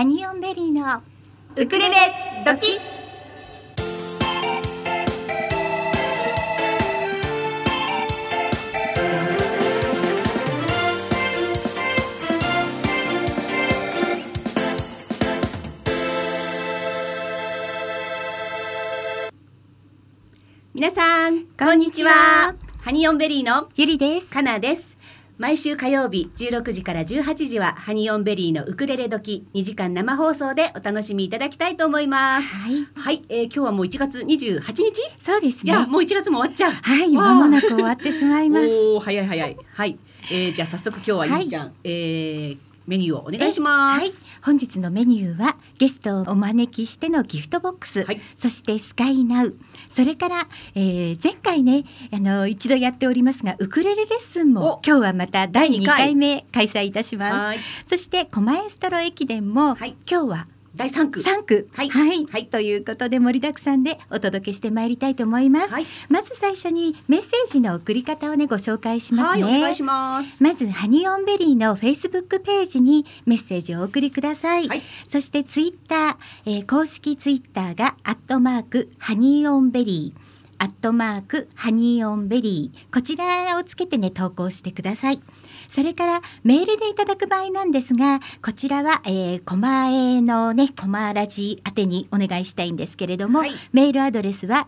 ハニオンベリーのウクレレドキ。皆さんこんにちは。ハニオンベリーのゆりです。 かなです。毎週火曜日16時から18時はハニオンベリーのウクレレ時2時間生放送でお楽しみいただきたいと思います。はい、今日はもう1月28日。 そうですね。 いやもう1月も終わっちゃう。 はい、間もなく終わってしまいます。 おー、早い。はい、じゃあ早速今日はゆりちゃん、メニューをお願いします。 はい、本日のメニューはゲストをお招きしてのギフトボックス、 はい、 そしてスカイナウ、それから、前回ね一度やっておりますがウクレレレッスンも今日はまた第2回目開催いたします。そしてコマエストロ駅伝も、今日は第3区、 はい、ということで盛りだくさんでお届けしてまいりたいと思います。まず最初にメッセージの送り方をねご紹介しますね。 お願いします。 まずハニオンベリーのフェイスブックページにメッセージをお送りください。そしてツイッター、公式ツイッターが@ハニオンベリーハニオンベリー、こちらをつけてね投稿してください。それからメールでいただく場合なんですが、こちらは、コマエのねコマラジ宛てにお願いしたいんですけれども、メールアドレスは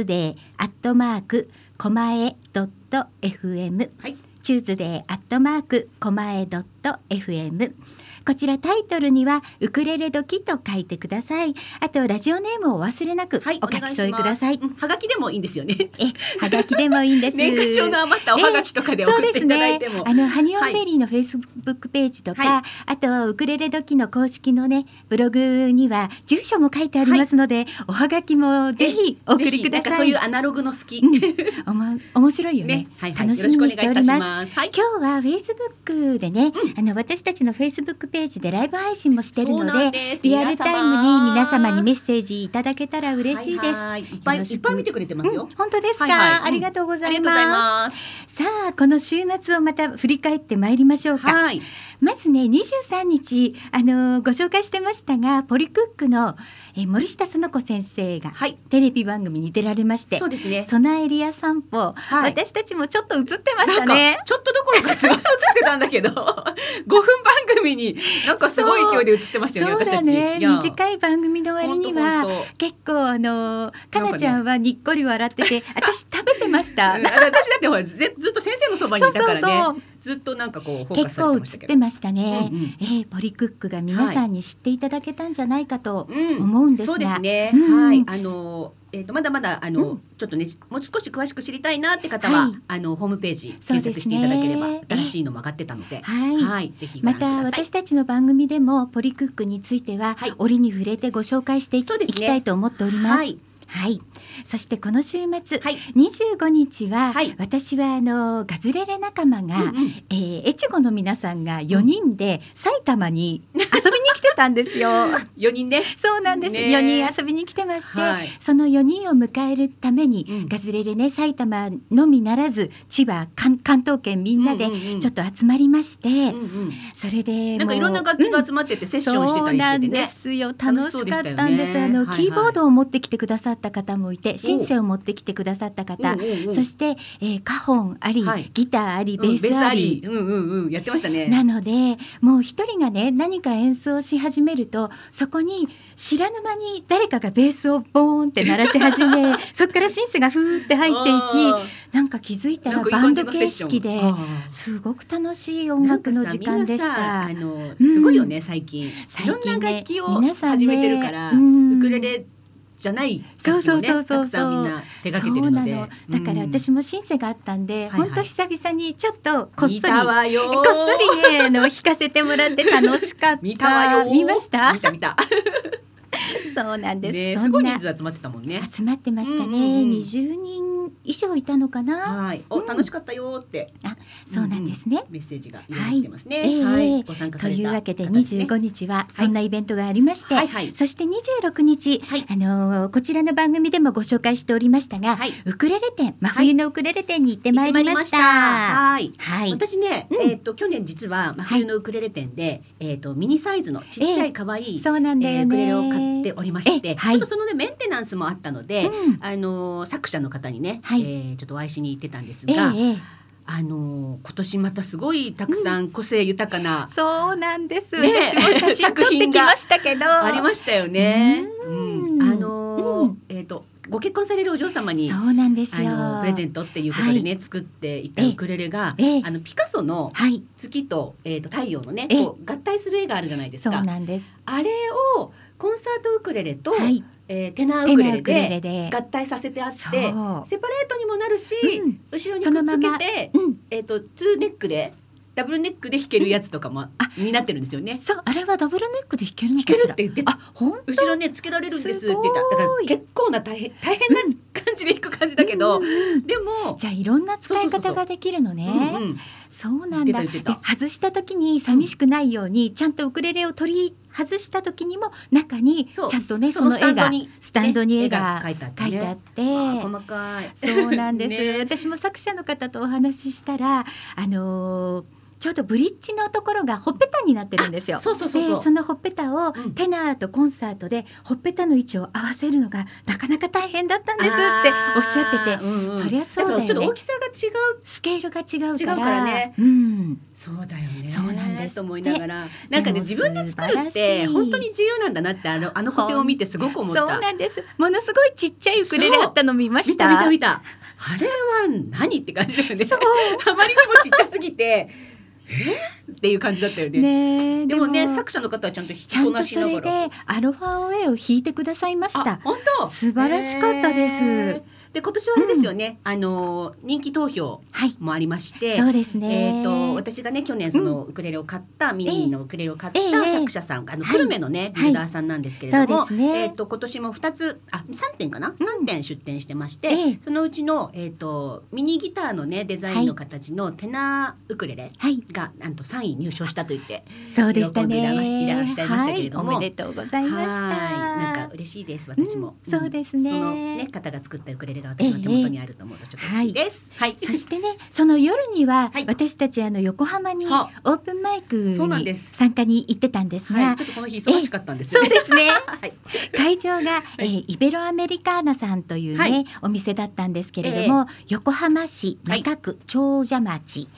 tuesday@komae.fm、tuesday@komae.fm、こちらタイトルにはウクレレ時と書いてください。あとラジオネームをお忘れなくお書き添えください。 はがきでもいいんですよね。 はがきでもいいんです。 年賀状の余ったおはがきとかで送っていただいても、 ハニオンベリーのフェイスブックページとか、あとウクレレ時の公式のねブログには住所も書いてありますので、おはがきもぜひお送りください。 そういうアナログの好き、 面白いよね。楽しみにしております。今日はフェイスブックでね、私たちのフェイスブックページでライブ配信もしてるので、リアルタイムに皆様にメッセージいただけたら嬉しいです。 いっぱい見てくれてますよ。 本当ですか。ありがとうございます。さあこの週末をまた振り返ってまいりましょうか。まずね23日ご紹介してましたが、ポリクックの森下園子先生がテレビ番組に出られまして、 そうですね、 ソナエリア散歩、私たちもちょっと映ってましたね。 ちょっとどころかすごい映ってたんだけど5分番組になんかすごい勢いで映ってましたよね。私たち短い番組の割には結構かなちゃんはにっこり笑ってて、私食べてました。 私だってほらずっと先生のそばにいたからね、ずっとなんかこうフォーカスされてましたけど、 結構映ってましたね。ポリクックが皆さんに知っていただけたんじゃないかと思うんですが、 そうですね。まだまだちょっとねもう少し詳しく知りたいなって方は、ホームページ検索していただければ、新しいのも上がってたので、ぜひご覧ください。また私たちの番組でもポリクックについては、折に触れてご紹介していきたいと思っております。そしてこの週末、25日は、私はガズレレ仲間が、越後の皆さんが4人で埼玉に遊びに来てたんですよ。 4人ね。 そうなんです。4人遊びに来てまして、その4人を迎えるために、ガズレレね埼玉のみならず千葉関東圏みんなでちょっと集まりまして、それでなんかいろんな楽器が集まっててセッションしてたりしててね。 そうなんですよ。楽しかったんです。キーボードを持ってきてくださった方もいて、シンセを持ってきてくださった方、そして、カホンあり、ギターあり、ベースあり、 やってましたね。 なのでもう一人がね何か演奏し始めると、そこに知らぬ間に誰かがベースをボーンって鳴らし始めそこからシンセがフーって入っていき、なんか気づいたらバンド形式ですごく楽しい音楽の時間でした。 すごいよね、最近いろんな楽器を始めてるから、ウクレレじゃない楽器もね、たくさんみんな手掛けてるので、 だから私もシンセがあったんで、本当久々にちょっとこっそりね弾かせてもらって楽しかった。見ました？ 見たそうなんです、 すごい人数集まってたもんね。 集まってましたね。20人以上いたのかな。 はい、楽しかったよって。 そうなんですね。 メッセージが来てますね。 ご参加されたというわけで25日はそんなイベントがありまして、そして26日、こちらの番組でもご紹介しておりましたが、ウクレレ展、真冬のウクレレ展に行ってまいりました。 私ね、去年実は真冬のウクレレ展で、ミニサイズのちっちゃい可愛いウクレレを買っておりまして、ちょっとそのねメンテナンスもあったので、作者の方にね、ちょっとお会いしに行ってたんですが、今年またすごいたくさん個性豊かな、 そうなんです。私も写真撮ってきましたけどありましたよね。ご結婚されるお嬢様にそうなんですよプレゼントっていうことでね、作っていたウクレレが、ピカソの月と、太陽のねこう合体する絵があるじゃないですか。 そうなんです。 あれをコンサートウクレレと、テナーウクレレで合体させてあって、セパレートにもなるし、後ろにくっつけて、2ネックでダブルネックで弾けるやつとかもになってるんですよね。 そう、あれはダブルネックで弾けるのかしら。 弾けるって言ってた。後ろねつけられるんですって言った。だから結構な大変な感じで弾く感じだけど、でもじゃあいろんな使い方ができるのね。そうなんだ。で外した時に寂しくないように、ちゃんとウクレレを取り外した時にも中にちゃんとねその絵がスタンドに絵が書いてあって、 細かい。 そうなんです。私も作者の方とお話ししたらちょうどブリッジのところがほっぺたになってるんですよ。そのほっぺたをテナーとコンサートでほっぺたの位置を合わせるのがなかなか大変だったんですっておっしゃってて、そりゃそうだよね。 ちょっと大きさが違う、 スケールが違うからね。そうだよね。 そうなんですと思いながら、なんかね自分で作るって本当に自由なんだなってあのコテを見てすごく思った。 そうなんです。ものすごいちっちゃいウクレレあったの見ました。 見た。あれは何って感じだよね。あまりにもちっちゃすぎて。っていう感じだったよね。でもね作者の方はちゃんと弾きこなしながら、 ちゃんとそれでアルファオエを弾いてくださいました。 本当素晴らしかったです。 で今年はあれですよね、人気投票もありまして、 そうですね。 私がね去年そのウクレレを買った、ミニのウクレレを買った作者さん、久留米のねビルダーさんなんですけれども、今年も3点かな、3点出展してまして、そのうちのミニギターのねデザインの形のテナーウクレレがなんと3位入賞したと言って、 そうでしたね。 いらっしゃいましたけれども、 おめでとうございました。 なんか嬉しいです私も。 そうですね。 そのね方が作ったウクレレが私の手元にあると思うとちょっと嬉しいです。 そしてねその夜には私たち横浜にオープンマイクに参加に行ってたんですが、 ちょっとこの日忙しかったんですよね。 そうですね。会場がイベロアメリカーナさんというねお店だったんですけれども、横浜市中区長者町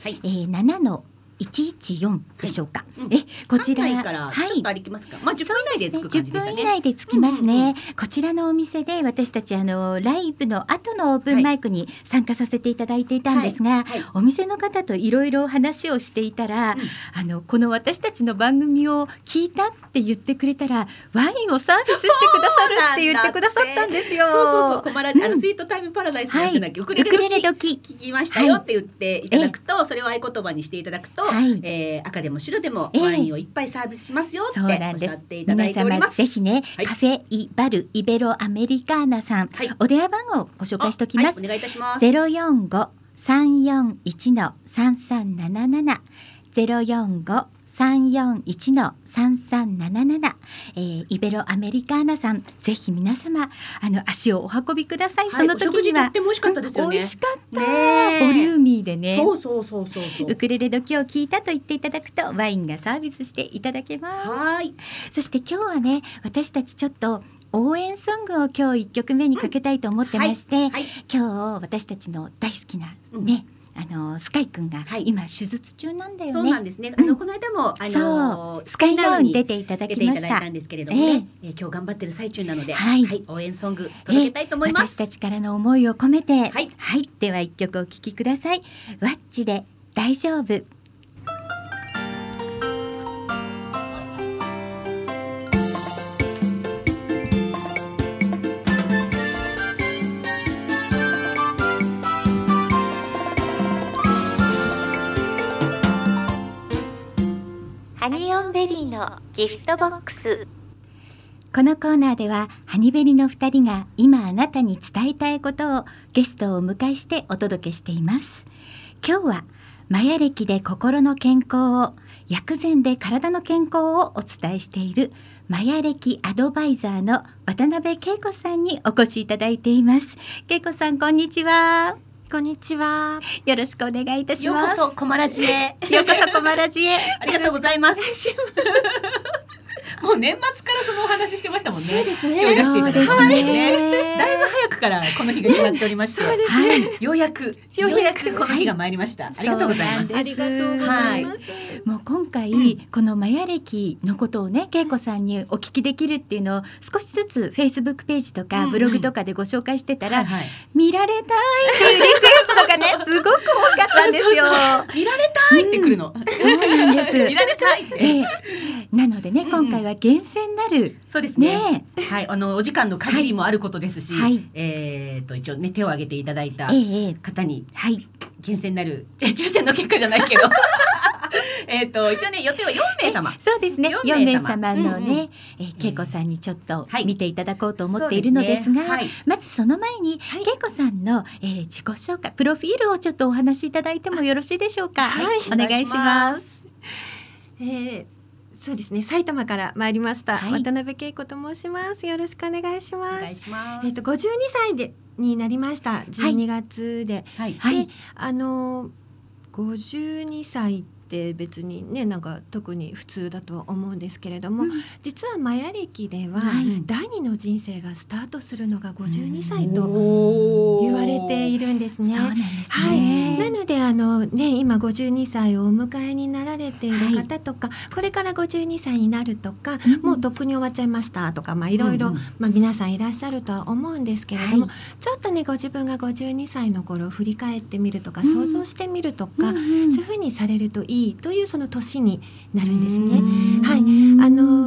7-114でしょうか。こちらからちょっと歩きますか。10分以内で着く感じでしたね。 10分以内で着きますね。こちらのお店で私たちライブの後のオープンマイクに参加させていただいていたんですが、お店の方といろいろ話をしていたら、この私たちの番組を聞いたって言ってくれたらワインをサービスしてくださるって言ってくださったんですよ。 そうコマラジスイートタイムパラダイスやってなきゃウクレレ時聞きましたよって言っていただくと、それを合言葉にしていただくと、赤でも白でもワインをいっぱいサービスしますよっておっしゃっていただいております。 ぜひね、カフェイバルイベロアメリカーナさん、お電話番号をご紹介しておきます。 お願いいたします。 045-341-3377 045-341-3377、イベロアメリカーナさん、ぜひ皆様足をお運びください。その時にはとっても美味しかったですよね。 美味しかった、ボリューミーでね。 そうウクレレ時を聞いたと言っていただくとワインがサービスしていただけます。そして今日はね私たちちょっと応援ソングを今日1曲目にかけたいと思ってまして、今日私たちの大好きなね、スカイくんが今手術中なんだよね。 そうなんですね。この間もスカイナウに出ていただきました。 んですけれどもね、今日頑張ってる最中なので、応援ソング届けたいと思います。 私たちからの思いを込めて、では1曲お聴きください。ワッチで大丈夫。ハニオンベリーのギフトボックス。 このコーナーではハニベリの2人が今あなたに伝えたいことをゲストをお迎えしてお届けしています。今日はマヤ暦で心の健康を、薬膳で体の健康をお伝えしているマヤ暦アドバイザーの渡辺恵子さんにお越しいただいています。恵子さん、こんにちは。 こんにちは。 よろしくお願いいたします。 ようこそコマラジへ。 ようこそコマラジへ。 ありがとうございます。もう年末からそのお話してましたもんね。 そうですね。 今日いらしていただきましたね。だいぶ早くからこの日が決まっておりまして、 そうですね。 はい、ようやくこの日が参りました。ありがとうございます。 ありがとうございます。 もう今回、このマヤ暦のことをね、恵子さんにお聞きできるっていうのを少しずつフェイスブックページとかブログとかでご紹介してたら、見られたいっていうリクエストがねすごく多かったんですよ。 見られたいってくるの。 そうなんです。 見られたいって。 なのでね、今回は厳選なる、 そうですね。はい、お時間の限りもあることですし、一応ね手を挙げていただいた方に厳選なる抽選の結果じゃないけど。一応ね予定は4名様。 そうですね。4名様のね、恵子さんにちょっと見ていただこうと思っているのですが、まずその前に恵子さんの自己紹介、プロフィールをちょっとお話しいただいてもよろしいでしょうか。お願いします。 そうですね。埼玉から参りました、渡辺恵子と申します。よろしくお願いします。 お願いします。 52歳になりました。12月で。で、52歳って別にね、なんか特に普通だとは思うんですけれども、実はマヤ暦では、第二の人生がスタートするのが52歳と言われているんですね。 そうなんですね。 なので今52歳をお迎えになられている方とか、これから52歳になるとか、もうとっくに終わっちゃいましたとか、いろいろ皆さんいらっしゃるとは思うんですけれども、ちょっとねご自分が52歳の頃を振り返ってみるとか、想像してみるとか、そういうふうにされるといいというその年になるんですね。はい、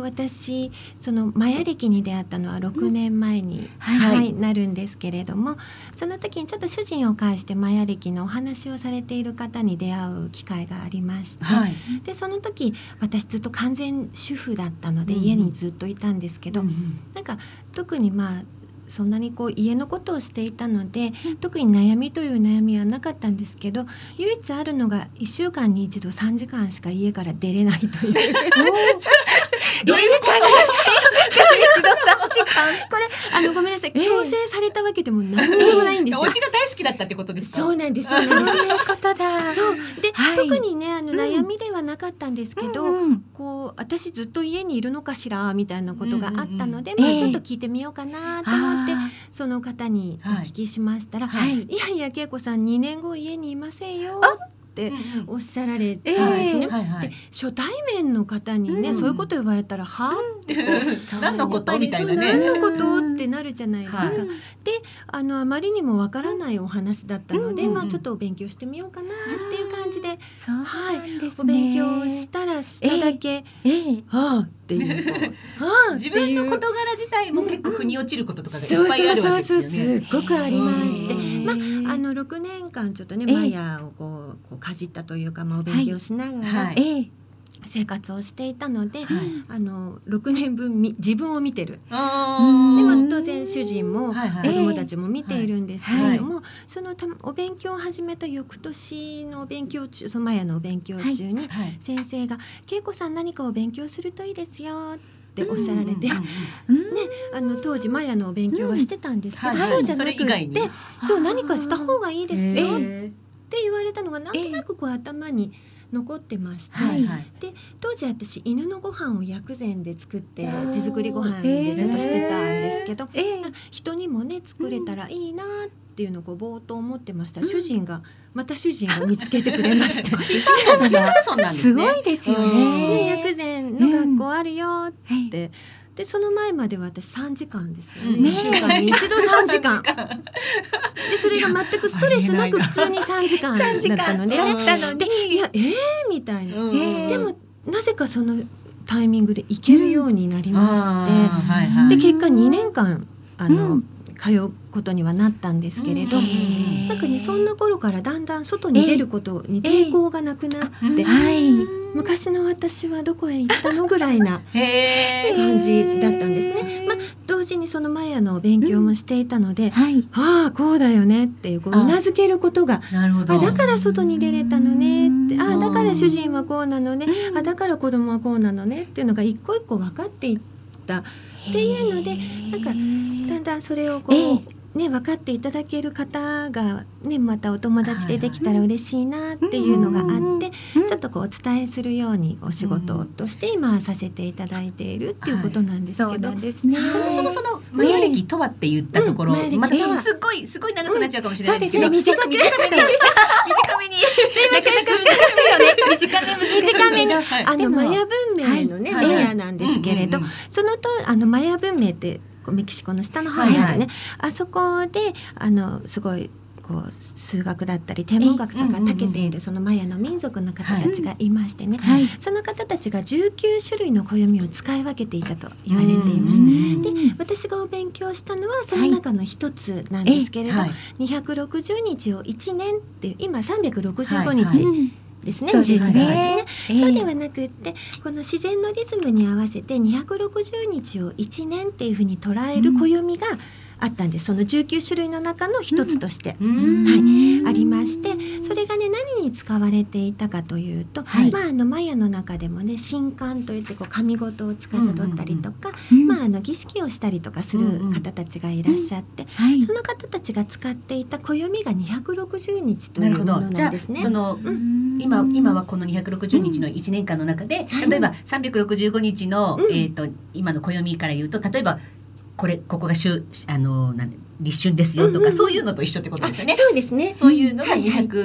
私そのマヤ暦に出会ったのは6年前に、なるんですけれども、その時にちょっと主人を介してマヤ暦のお話をされている方に出会う機会がありまして、でその時私ずっと完全主婦だったので、家にずっといたんですけど、なんか特にそんなに家のことをしていたので、特に悩みという悩みはなかったんですけど、唯一あるのが1週間に一度3時間しか家から出れないという。1週間に一度3時間。これごめんなさい、強制されたわけでも何でもないんですよ。 お家が大好きだったってことですか。 そうなんです。そういうことだ。そうで、特にね悩みではなかったんですけど、私ずっと家にいるのかしらみたいなことがあったので、ちょっと聞いてみようかなと思って、その方にお聞きしましたら、いやいや恵子さん2年後家にいませんよっておっしゃられたんですね。で初対面の方にね、そういうこと言われたらはって何のことみたいなね、 何のことってなるじゃないですか。であまりにもわからないお話だったので、ちょっとお勉強してみようかなっていう感じで、お勉強したらしただけっていう自分の事柄自体も結構腑に落ちることとかがいっぱいあるわけですよね。 すっごくありまして、6年間ちょっとねマヤをこうかじったというか、お勉強しながら生活をしていたので、6年分自分を見てる。で当然主人も子供たちも見ているんですけれども、そのお勉強を始めた翌年のお勉強中、そのマヤのお勉強中に先生が「恵子さん何かを勉強するといいですよ」っておっしゃられて、当時マヤのお勉強はしてたんですけど、そうじゃなくって何かした方がいいですよって言われたのがなんとなく頭に残ってまして、で当時私犬のご飯を薬膳で作って手作りご飯でちょっとしてたんですけど、人にもね作れたらいいなっていうのをぼーっと思ってましたら、主人が見つけてくれました。 すごいですよね。 薬膳の学校あるよって。でその前までは私3時間ですよね。1週間に一度3時間。でそれが全くストレスなく普通に3時間だったので、いやみたいな。でもなぜかそのタイミングで行けるようになりまして、で結果2年間通うことにはなったんですけれど、なんかねそんな頃からだんだん外に出ることに抵抗がなくなって、昔の私はどこへ行ったのぐらいな感じだったんですね。 そのマヤの勉強もしていたので、ああこうだよねっていう、うなずけることが、だから外に出れたのねって、だから主人はこうなのね、だから子供はこうなのねっていうのが一個一個分かっていったっていうので、なんかだんだんそれをこう、分かっていただける方が、またお友達でできたら嬉しいなっていうのがあって、ちょっとこうお伝えするようにお仕事として今させていただいているっていうことなんですけど、 そもそもそのマヤ歴とはって言ったところ、またすごい長くなっちゃうかもしれないですけど、短めにすいません、なかなか難しいよね、 短めにマヤ文明のねマヤなんですけれど、そのとマヤ文明ってメキシコの下の方にあるね、あそこですごいこう数学だったり天文学とか長けているそのマヤの民族の方たちがいましてね、その方たちが19種類の暦を使い分けていたと言われています。で、私がお勉強したのはその中の一つなんですけれど、260日を1年っていう、今365日ですね、そうですね。そうではなくって、この自然のリズムに合わせて260日を1年っていうふうに捉える暦があったんです。その19種類の中の一つとして、ありまして、それがね何に使われていたかというと、マヤの中でもね神官といってこう神事を司ったりとか、儀式をしたりとかする方たちがいらっしゃって、その方たちが使っていた暦が260日というものなんですね。 今はこの260日の1年間の中で、例えば365日の、今の暦から言うと、例えばここが立春ですよとか、そういうのと一緒ってことですよね。 そうですね。 そういうのが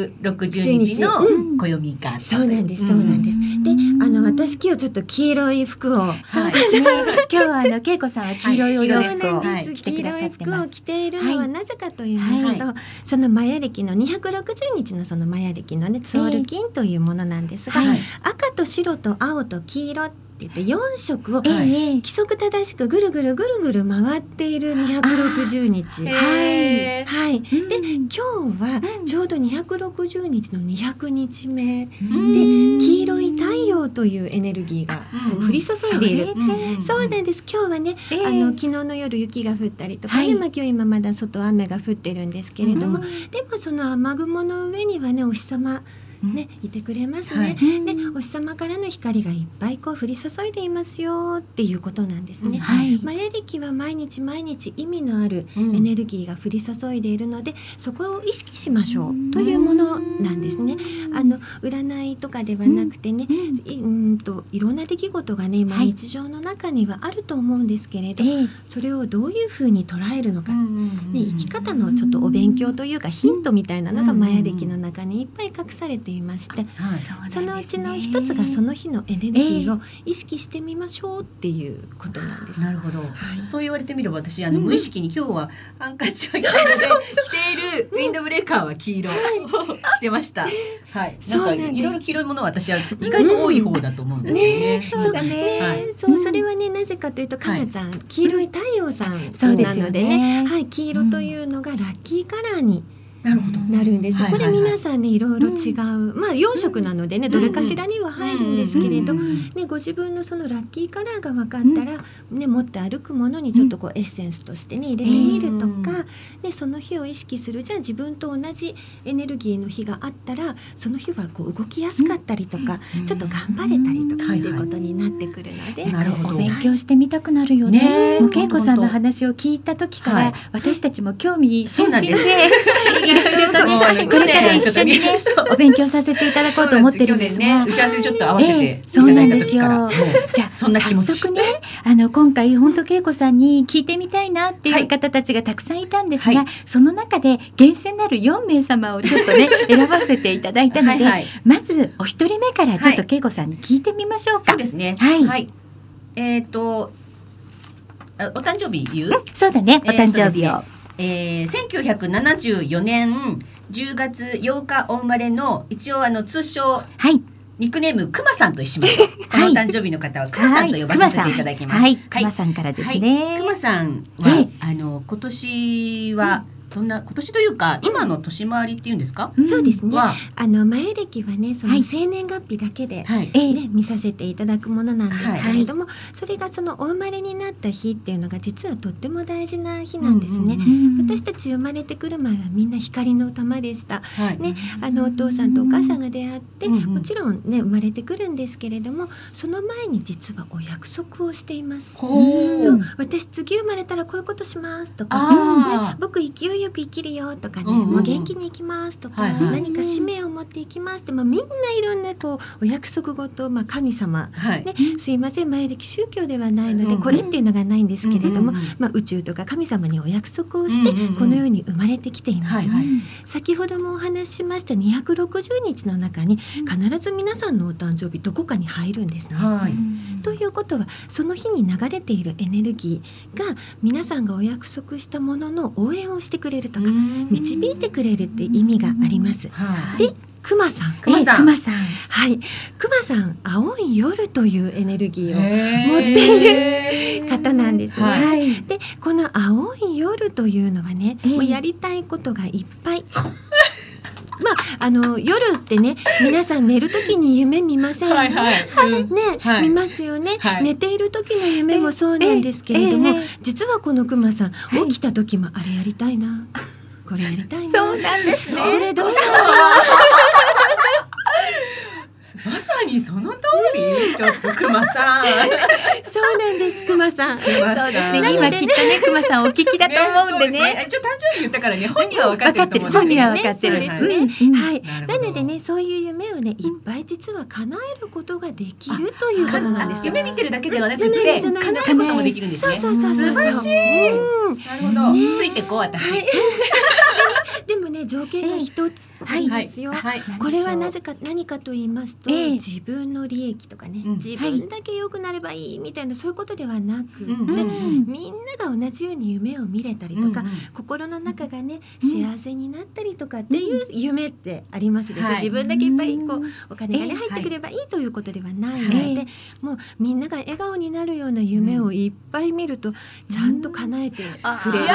260日の暦が、 そうなんです、そうなんです。で、私今日ちょっと黄色い服を、 そうですね。今日は恵子さんは黄色いお洋服を着てくださってます。黄色い服を着ているのはなぜかと言いますと、そのマヤ歴の260日のそのマヤ歴のねツオルキンというものなんですが、赤と白と青と黄色って言って4色を規則正しくぐるぐる回っている260日。で、今日はちょうど260日の200日目で、黄色い太陽というエネルギーが降り注いでいる。そうなんです。今日はね、昨日の夜雪が降ったりとかね、今日今まだ外雨が降ってるんですけれども、でもその雨雲の上にはねお日様いてくれますね。で、お日様からの光がいっぱいこう降り注いでいますよっていうことなんですね。マヤ暦は毎日意味のあるエネルギーが降り注いでいるので、そこを意識しましょうというものなんですね。占いとかではなくてね、いろんな出来事がね今日常の中にはあると思うんですけれど、それをどういうふうに捉えるのか、生き方のちょっとお勉強というかヒントみたいなのがマヤ暦の中にいっぱい隠されていまして、そのうちの一つがその日のエネルギーを意識してみましょうっていうことなんです。 なるほど。そう言われてみれば、私無意識に今日はハンカチを着ているウィンドブレーカーは黄色着てました。なんかいろいろ黄色いものは私は意外と多い方だと思うんですよね。 そうだね。それはねなぜかというと、かなちゃん黄色い太陽さんなのでね、黄色というのがラッキーカラーになるんです。これ皆さんねいろいろ違う、4色なのでねどれかしらには入るんですけれど、ご自分のそのラッキーカラーが分かったら、持って歩くものにちょっとこうエッセンスとしてね入れてみるとか、その日を意識する。じゃあ自分と同じエネルギーの日があったら、その日はこう動きやすかったりとか、ちょっと頑張れたりとかっていうことになってくるので、 お勉強してみたくなるよね。もう恵子さんの話を聞いた時から私たちも興味津々でこれから一緒にねお勉強させていただこうと思ってるんですが、 打ち合わせでちょっと合わせてそうなんですよ。じゃあ早速ね、今回本当恵子さんに聞いてみたいなっていう方たちがたくさんいたんですが、その中で厳選なる4名様をちょっとね選ばせていただいたので、まずお一人目からちょっと恵子さんに聞いてみましょうか。 そうですね。お誕生日言う？ そうだね、お誕生日を。 1974年10月8日お生まれの、一応通称、ニックネームくまさんとしましょう。このお誕生日の方はくまさんと呼ばさせていただきます。 くまさんからですね。 くまさんは今年はどんな今年というか今の年回りっていうんですか？ そうですね。前歴はね、その生年月日だけで、見させていただくものなんですけれども、それがそのお生まれになった日っていうのが実はとっても大事な日なんですね。私たち生まれてくる前はみんな光の玉でした。ね、お父さんとお母さんが出会って、もちろんね生まれてくるんですけれども、その前に実はお約束をしています。そう、私次生まれたらこういうことしますとか、僕勢いよく生きるよとかね、もう元気に生きますとか、何か使命を持っていきますって、みんないろんなこうお約束事、神様、ね、すいません前歴宗教ではないのでこれっていうのがないんですけれども、宇宙とか神様にお約束をしてこの世に生まれてきています。先ほどもお話ししました260日の中に必ず皆さんのお誕生日どこかに入るんですね。ということはその日に流れているエネルギーが皆さんがお約束したものの応援をしてくれるとか導いてくれるって意味があります。で、くまさん、はい、くまさん青い夜というエネルギーを持っている方なんですね。で、この青い夜というのはね、もうやりたいことがいっぱい。夜ってね、皆さん寝る時に夢見ません？見ますよね。寝ている時の夢もそうなんですけれども、実はこのくまさん、起きた時もあれやりたいな、これやりたいな。 そうなんですね。 これどうしたまさにその通り。ちょっとくまさん。 そうなんです、くまさん。 そうですね。今きっとね、くまさんお聞きだと思うんでね。 一応誕生日言ったからね、本人は分かってると思うんですね。本人は分かってるですね。 はい。なのでね、そういう夢をね、いっぱい実は叶えることができるということなんです。 夢見てるだけではなくて、叶えることもできるんですね。 そう。 素晴らしい。なるほど。ついてこう私。 でもね、条件が一つありますよ。これは何かと言いますと、自分の利益とかね、自分だけ良くなればいいみたいなそういうことではなく、みんなが同じように夢を見れたりとか、心の中がね幸せになったりとかっていう夢ってありますでしょ。自分だけいっぱいこうお金がね入ってくればいいということではないので、もうみんなが笑顔になるような夢をいっぱい見るとちゃんと叶えてくれる。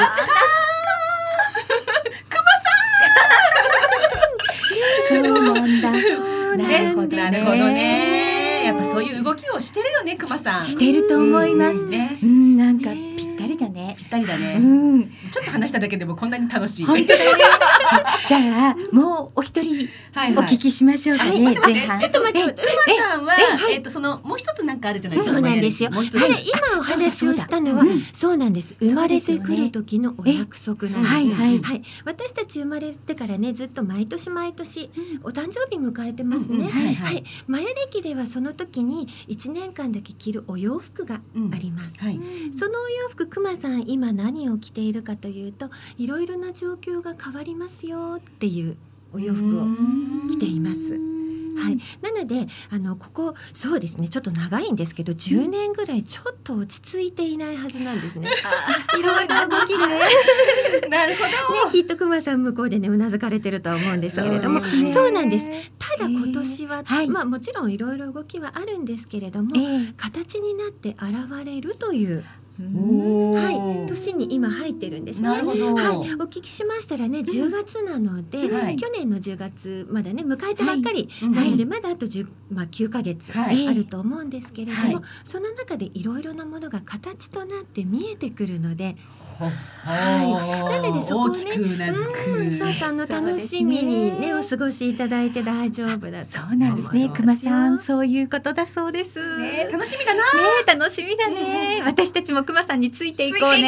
そうなんだ。 なるほどね。やっぱそういう動きをしてるよね、くまさん。 してると思いますね。なんかぴったりだね。 ぴったりだね。ちょっと話しただけでもこんなに楽しい。 じゃあもうお一人お聞きしましょうかね。前半。 ちょっと待って、くまさんはそのもう一つなんかあるじゃないですか。 そうなんですよ。今お話をしたのはそうなんです。生まれてくる時のお約束なんです。はい。私たち生まれてからねずっと毎年お誕生日迎えてますね。はい。マヤ暦ではその時に1年間だけ着るお洋服があります。そのお洋服、くまさん今何を着ているかというと、いろいろな状況が変わりますよっていうお洋服を着ています。はい、なのでここそうですね、ちょっと長いんですけど10年ぐらいちょっと落ち着いていないはずなんですね。いろいろ動きがねなるほど、 ね、きっとくまさん向こうでねうなずかれてるとは思うんですけれども、そうなんです。ただ今年は、もちろんいろいろ動きはあるんですけれども、形になって現れるという年に今入ってるんですね。お聞きしましたらね、10月なので、去年の10月まだね迎えたばっかりなので、まだあと9ヶ月あると思うんですけれども、その中でいろいろなものが形となって見えてくるので、なのでそこをね、楽しみにねお過ごしいただいて大丈夫だと。 そうなんですね、くまさん、そういうことだそうです。 楽しみだな。 楽しみだね。私たちもくまさんについていこうね。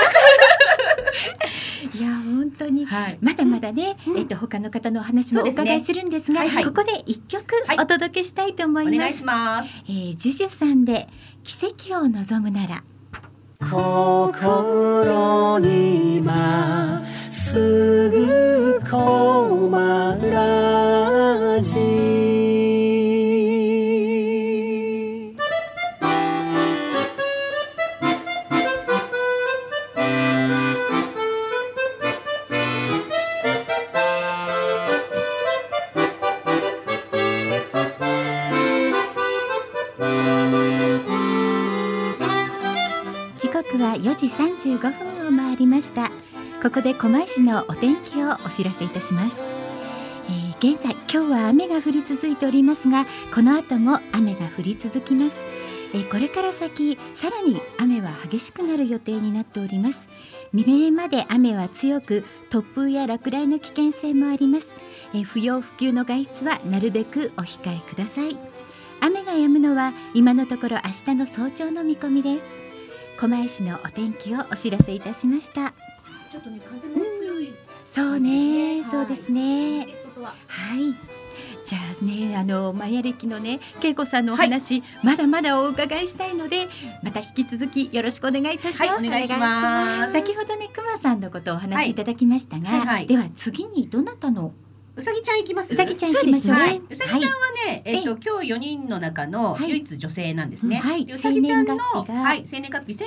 いや本当に、まだまだね、他の方のお話もお伺いするんですが、ここで一曲お届けしたいと思います。 お願いします。 ジュジュさんで奇跡を望むなら。 心にまっすぐコマラジ。 時刻は4時35分を回りました。 ここで狛江市のお天気をお知らせいたします。現在今日は雨が降り続いておりますが、この後も雨が降り続きます。これから先さらに雨は激しくなる予定になっております。未明まで雨は強く、突風や落雷の危険性もあります。不要不急の外出はなるべくお控えください。雨が止むのは今のところ明日の早朝の見込みです。狛江市のお天気をお知らせいたしました。 ちょっとね、風も強い、 そうね、そうですね。 はい 。じゃあね、マヤ歴のね、恵子さんのお話、まだまだお伺いしたいので、また引き続きよろしくお願いいたします。 お願いします。 先ほどね、くまさんのことをお話しいただきましたが、では次にどなたのうさぎちゃん行きます。 うさぎちゃん行きましょうね。 うさぎちゃんはね、今日4人の中の唯一女性なんですね。うさぎちゃんの生年月日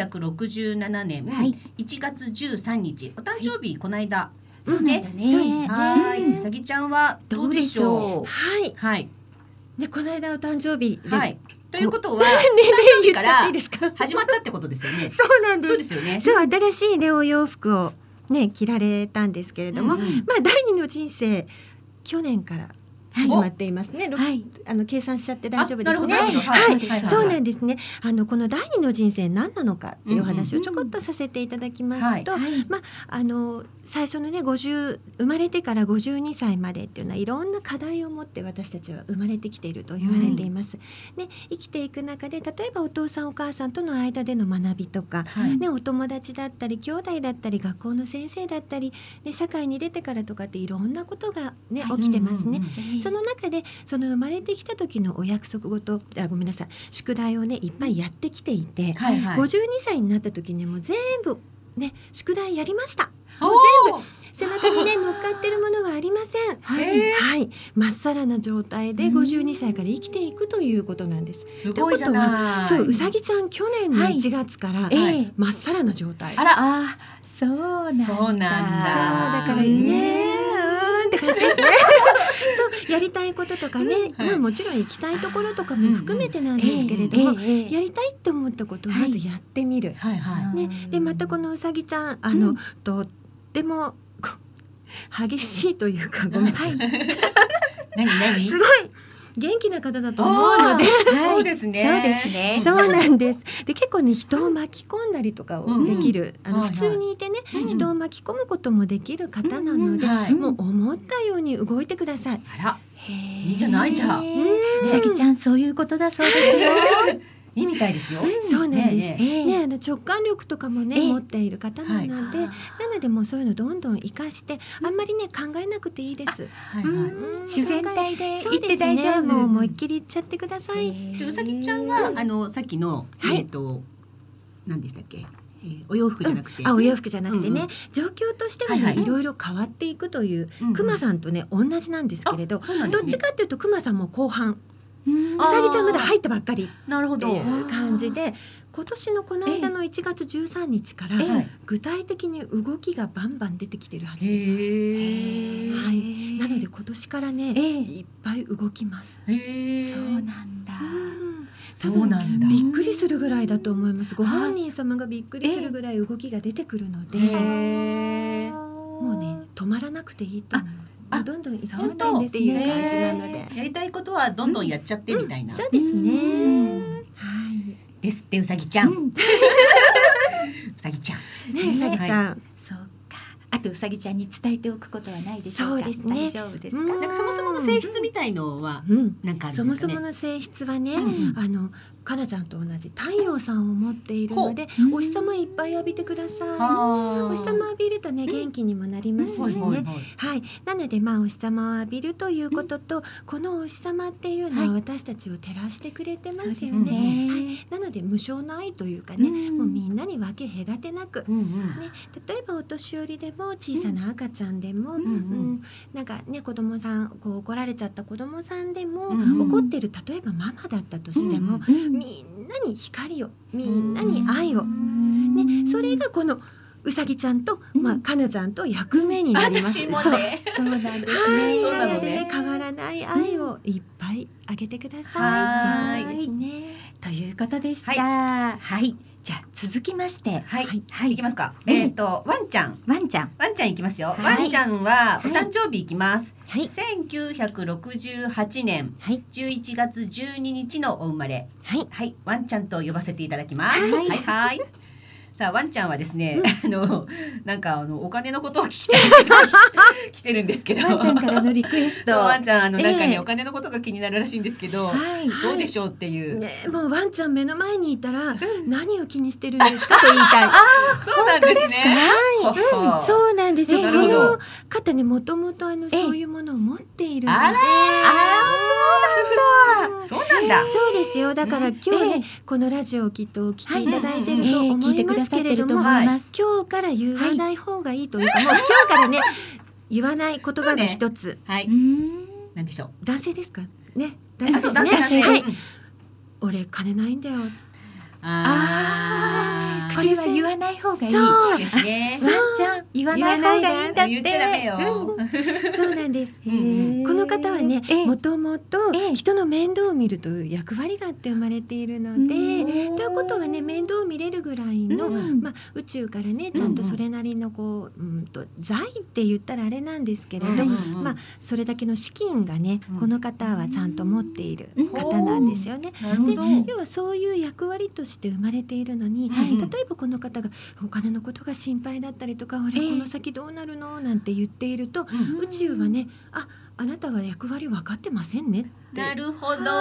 1967年1月13日、お誕生日この間ですね。はい。うさぎちゃんはどうでしょう。 はい。ね、この間お誕生日で。 はい。ということは、誕生日から始まったってことですよね。 そうなんです。 そうですよね。 そう、新しいね、お洋服をね、着られたんですけれども、まあ第二の人生、去年から始まっていますね。計算しちゃって大丈夫ですね。はい、そうなんですね。この第二の人生何なのかっていうお話をちょこっとさせていただきますと、まあ最初のね、生まれてから52歳までっていうのはいろんな課題を持って私たちは生まれてきていると言われています。ね、生きていく中で、例えばお父さんお母さんとの間での学びとか、ね、お友達だったり兄弟だったり学校の先生だったり、ね、社会に出てからとかっていろんなことがね、起きてますね。その中でその生まれてきた時のお約束事、ごめんなさい、宿題をねいっぱいやってきていて、52歳になった時にもう全部ね、宿題やりました。もう全部背中にね乗っかってるものはありません。はい、まっさらな状態で52歳から生きていくということなんです。 すごいじゃない。 そう、うさぎちゃん去年の1月からまっさらな状態。 あら、そうなんだ。 そうなんだ。 だからね、って感じですね。そう、やりたいこととかね、まあもちろん行きたいところとかも含めてなんですけれども、やりたいって思ったことをまずやってみる。ね、でまたこのうさぎちゃん、とっても激しいというか、ごめんなさい。 何？ すごい元気な方だと思うので、 そうですね。 そうなんです。で、結構ね、人を巻き込んだりとかをできる、普通にいてね、人を巻き込むこともできる方なので、もう思ったように動いてください。 あら、いいじゃないじゃん。 うさぎちゃん、そういうことだそうですよ。 いいみたいですよ。 そうなんです。ね、直感力とかもね、持っている方なので、なのでもうそういうのどんどん活かして、あんまりね考えなくていいです。 自然体で行って大丈夫。 もう思いっきり行っちゃってください。 うさぎちゃんはさっきの何でしたっけ？お洋服じゃなくて、 お洋服じゃなくてね、状況としてはね、いろいろ変わっていくという、くまさんとね同じなんですけれど、どっちかっていうとくまさんも後半。うさぎちゃんまだ入ったばっかりっていう感じで、今年のこの間の1月13日から具体的に動きがバンバン出てきてるはずです。はい、なので今年からね、いっぱい動きます。 そうなんだ。 そうなんだ。びっくりするぐらいだと思います。ご本人様がびっくりするぐらい動きが出てくるので、もうね止まらなくていいと思う。どんどんいっちゃってっていう感じなので、 やりたいことはどんどんやっちゃってみたいな。 そうですね。 ですってうさぎちゃん。うさぎちゃん。 ね、うさぎちゃん。 そうか。あとうさぎちゃんに伝えておくことはないでしょうか。 そうですね。 大丈夫ですか。 なんかそもそもの性質みたいのはなんかあるんですかね。 そもそもの性質はね、かなちゃんと同じ太陽さんを持っているので、お日様いっぱい浴びてください。お日様浴びるとね、元気にもなりますしね。はい。なのでお日様を浴びるということと、このお日様っていうのは私たちを照らしてくれてますよね。なので無償の愛というかね、もうみんなに分け隔てなく、ね、例えばお年寄りでも小さな赤ちゃんでも、なんかね、子供さん怒られちゃった子供さんでも、怒ってる例えばママだったとしても、みんなに光を、みんなに愛を、ね、それがこのうさぎちゃんと、かなちゃんと役目になります。 私もね。 そうなんですね。 なのでね、変わらない愛をいっぱいあげてください。 ということでした。はい。じじゃあ続きましていきますか。ワンちゃんいきますよ。ワンちゃんはお誕生日いきます。1968年11月12日のお生まれ。ワンちゃんと呼ばせていただきます。さあワンちゃんはですね、なんかお金のことを聞きたい来てるんですけど、 ワンちゃんからのリクエスト。 ワンちゃんなんかね、お金のことが気になるらしいんですけど、どうでしょうっていう。 もうワンちゃん目の前にいたら何を気にしてるんですかと言いたい。 そうなんですね。 そうなんですよ。この方ね、もともとそういうものを持っているので。 そうなんだ。 そうですよ。だから今日ね、このラジオをきっとお聞きいただいてると思いますけれども、今日から言わない方がいいというか、もう今日からね言わない言葉が一つ。 なんでしょう。 男性ですかね。男性ですね。俺金ないんだよ。 これは言わない方がいい。 そうですね。 ワンちゃん言わない方がいいんだって。 言っちゃダメよ。 そうなんです。この方はね、もともと人の面倒を見るという役割があって生まれているので、ということはね、面倒を見れるぐらいの宇宙からね、ちゃんとそれなりの財って言ったらあれなんですけれど、それだけの資金がね、この方はちゃんと持っている方なんですよね。で、要はそういう役割として生まれているのに、例えばこの方がお金のことが心配だったりとか、俺この先どうなるのなんて言っていると、宇宙はね、あなたは役割分かってませんねって。 なるほど。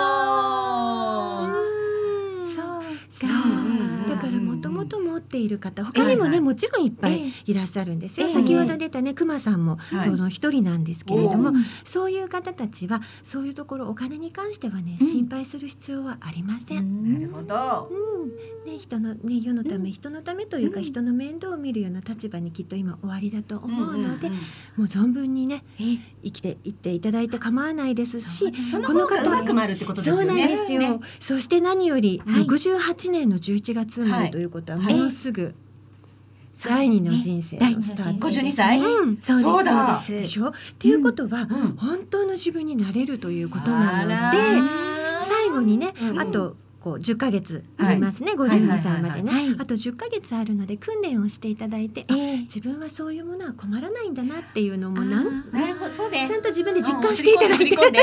だからもともと持っている方、他にもね、もちろんいっぱいいらっしゃるんですよ。先ほど出たね、くまさんもその一人なんですけれども、そういう方たちはそういうところ、お金に関してはね、心配する必要はありません。 なるほど。 人のね、世のため、人のためというか、人の面倒を見るような立場にきっと今おありだと思うので、もう存分にね、生きていっていただいて構わないですし、 この方うまく回るってことですよね。 そうなんですよ。そして何より68年の11月生まれということは、もうすぐ第二の人生のスタート。 52歳？ そうですでしょ。っていうことは、本当の自分になれるということなので、最後にね、あと10ヶ月ありますね、52歳までね。あと10ヶ月あるので訓練をしていただいて、自分はそういうものは困らないんだなっていうのもちゃんと自分で実感していただいて、 すり込ん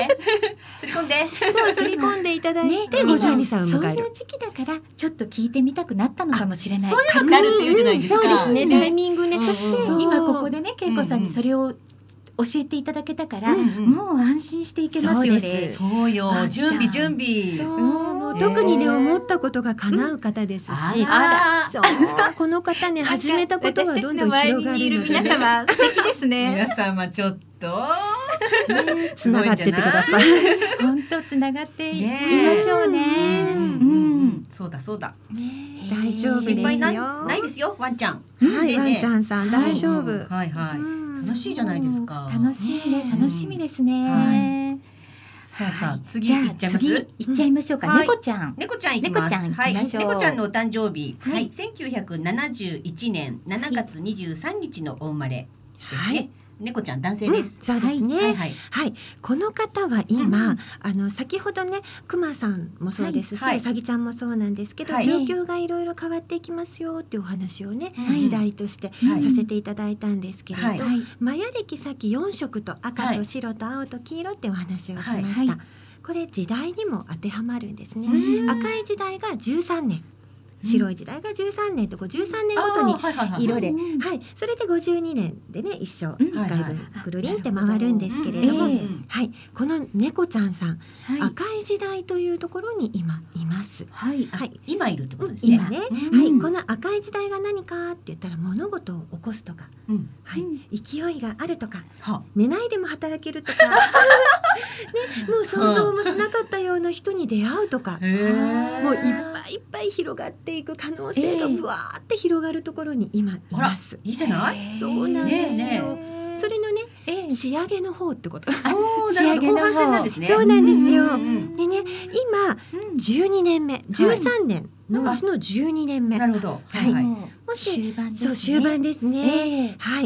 でいただいて、52歳を迎える。 そういう時期だからちょっと聞いてみたくなったのかもしれない。 そういうのかかるっていうじゃないですか。 そうですね、タイミングね。 そして今ここでね、恵子さんにそれを教えていただけたから、もう安心していけますよね。 そうよ、準備。 特にね、思ったことが叶う方ですし、この方ね、始めたことはどんどん広がるので、 皆様素敵ですね。 皆様ちょっとつながっててください。 本当つながっていましょうね。 そうだ。 大丈夫ですよ。 心配ないですよ、ワンちゃん。 ワンちゃんさん大丈夫。 楽しいじゃないですか。 楽しいね、楽しみですね。 さあ次行っちゃいます。 行っちゃいましょうか。猫ちゃん。 猫ちゃん行きます。猫ちゃんのお誕生日、1971年7月23日のお生まれですね。猫ちゃん男性です。 そうですね。この方は今、先ほどね、くまさんもそうですし、うさぎちゃんもそうなんですけど、状況がいろいろ変わっていきますよっていうお話をね、時代としてさせていただいたんですけれど、マヤ暦さっき4色と赤と白と青と黄色ってお話をしました。これ時代にも当てはまるんですね。赤い時代が13年。白い時代が13年と13年ごとに色で、それで52年でね、一生1回分ぐるりんって回るんですけれども、この猫ちゃんさん、赤い時代というところに今います。 今いるってことですね。 今ね、この赤い時代が何かって言ったら、物事を起こすとか、勢いがあるとか、寝ないでも働けるとか、もう想像もしなかったような人に出会うとか、もういっぱいいっぱい広がっていく可能性がぶわーって広がるところに今います。 いいじゃない。 そうなんですよ。それのね、仕上げの方ってこと。 仕上げの方なんですね。 そうなんですよ。でね、今12年目、13年のうちの12年目。 なるほど。 もし終盤ですね。終盤ですね。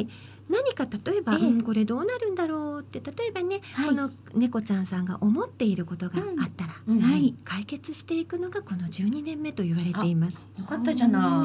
何か例えば、これどうなるんだろうって例えばね、この猫ちゃんさんが思っていることがあったら、解決していくのがこの12年目と言われています。 よかったじゃない。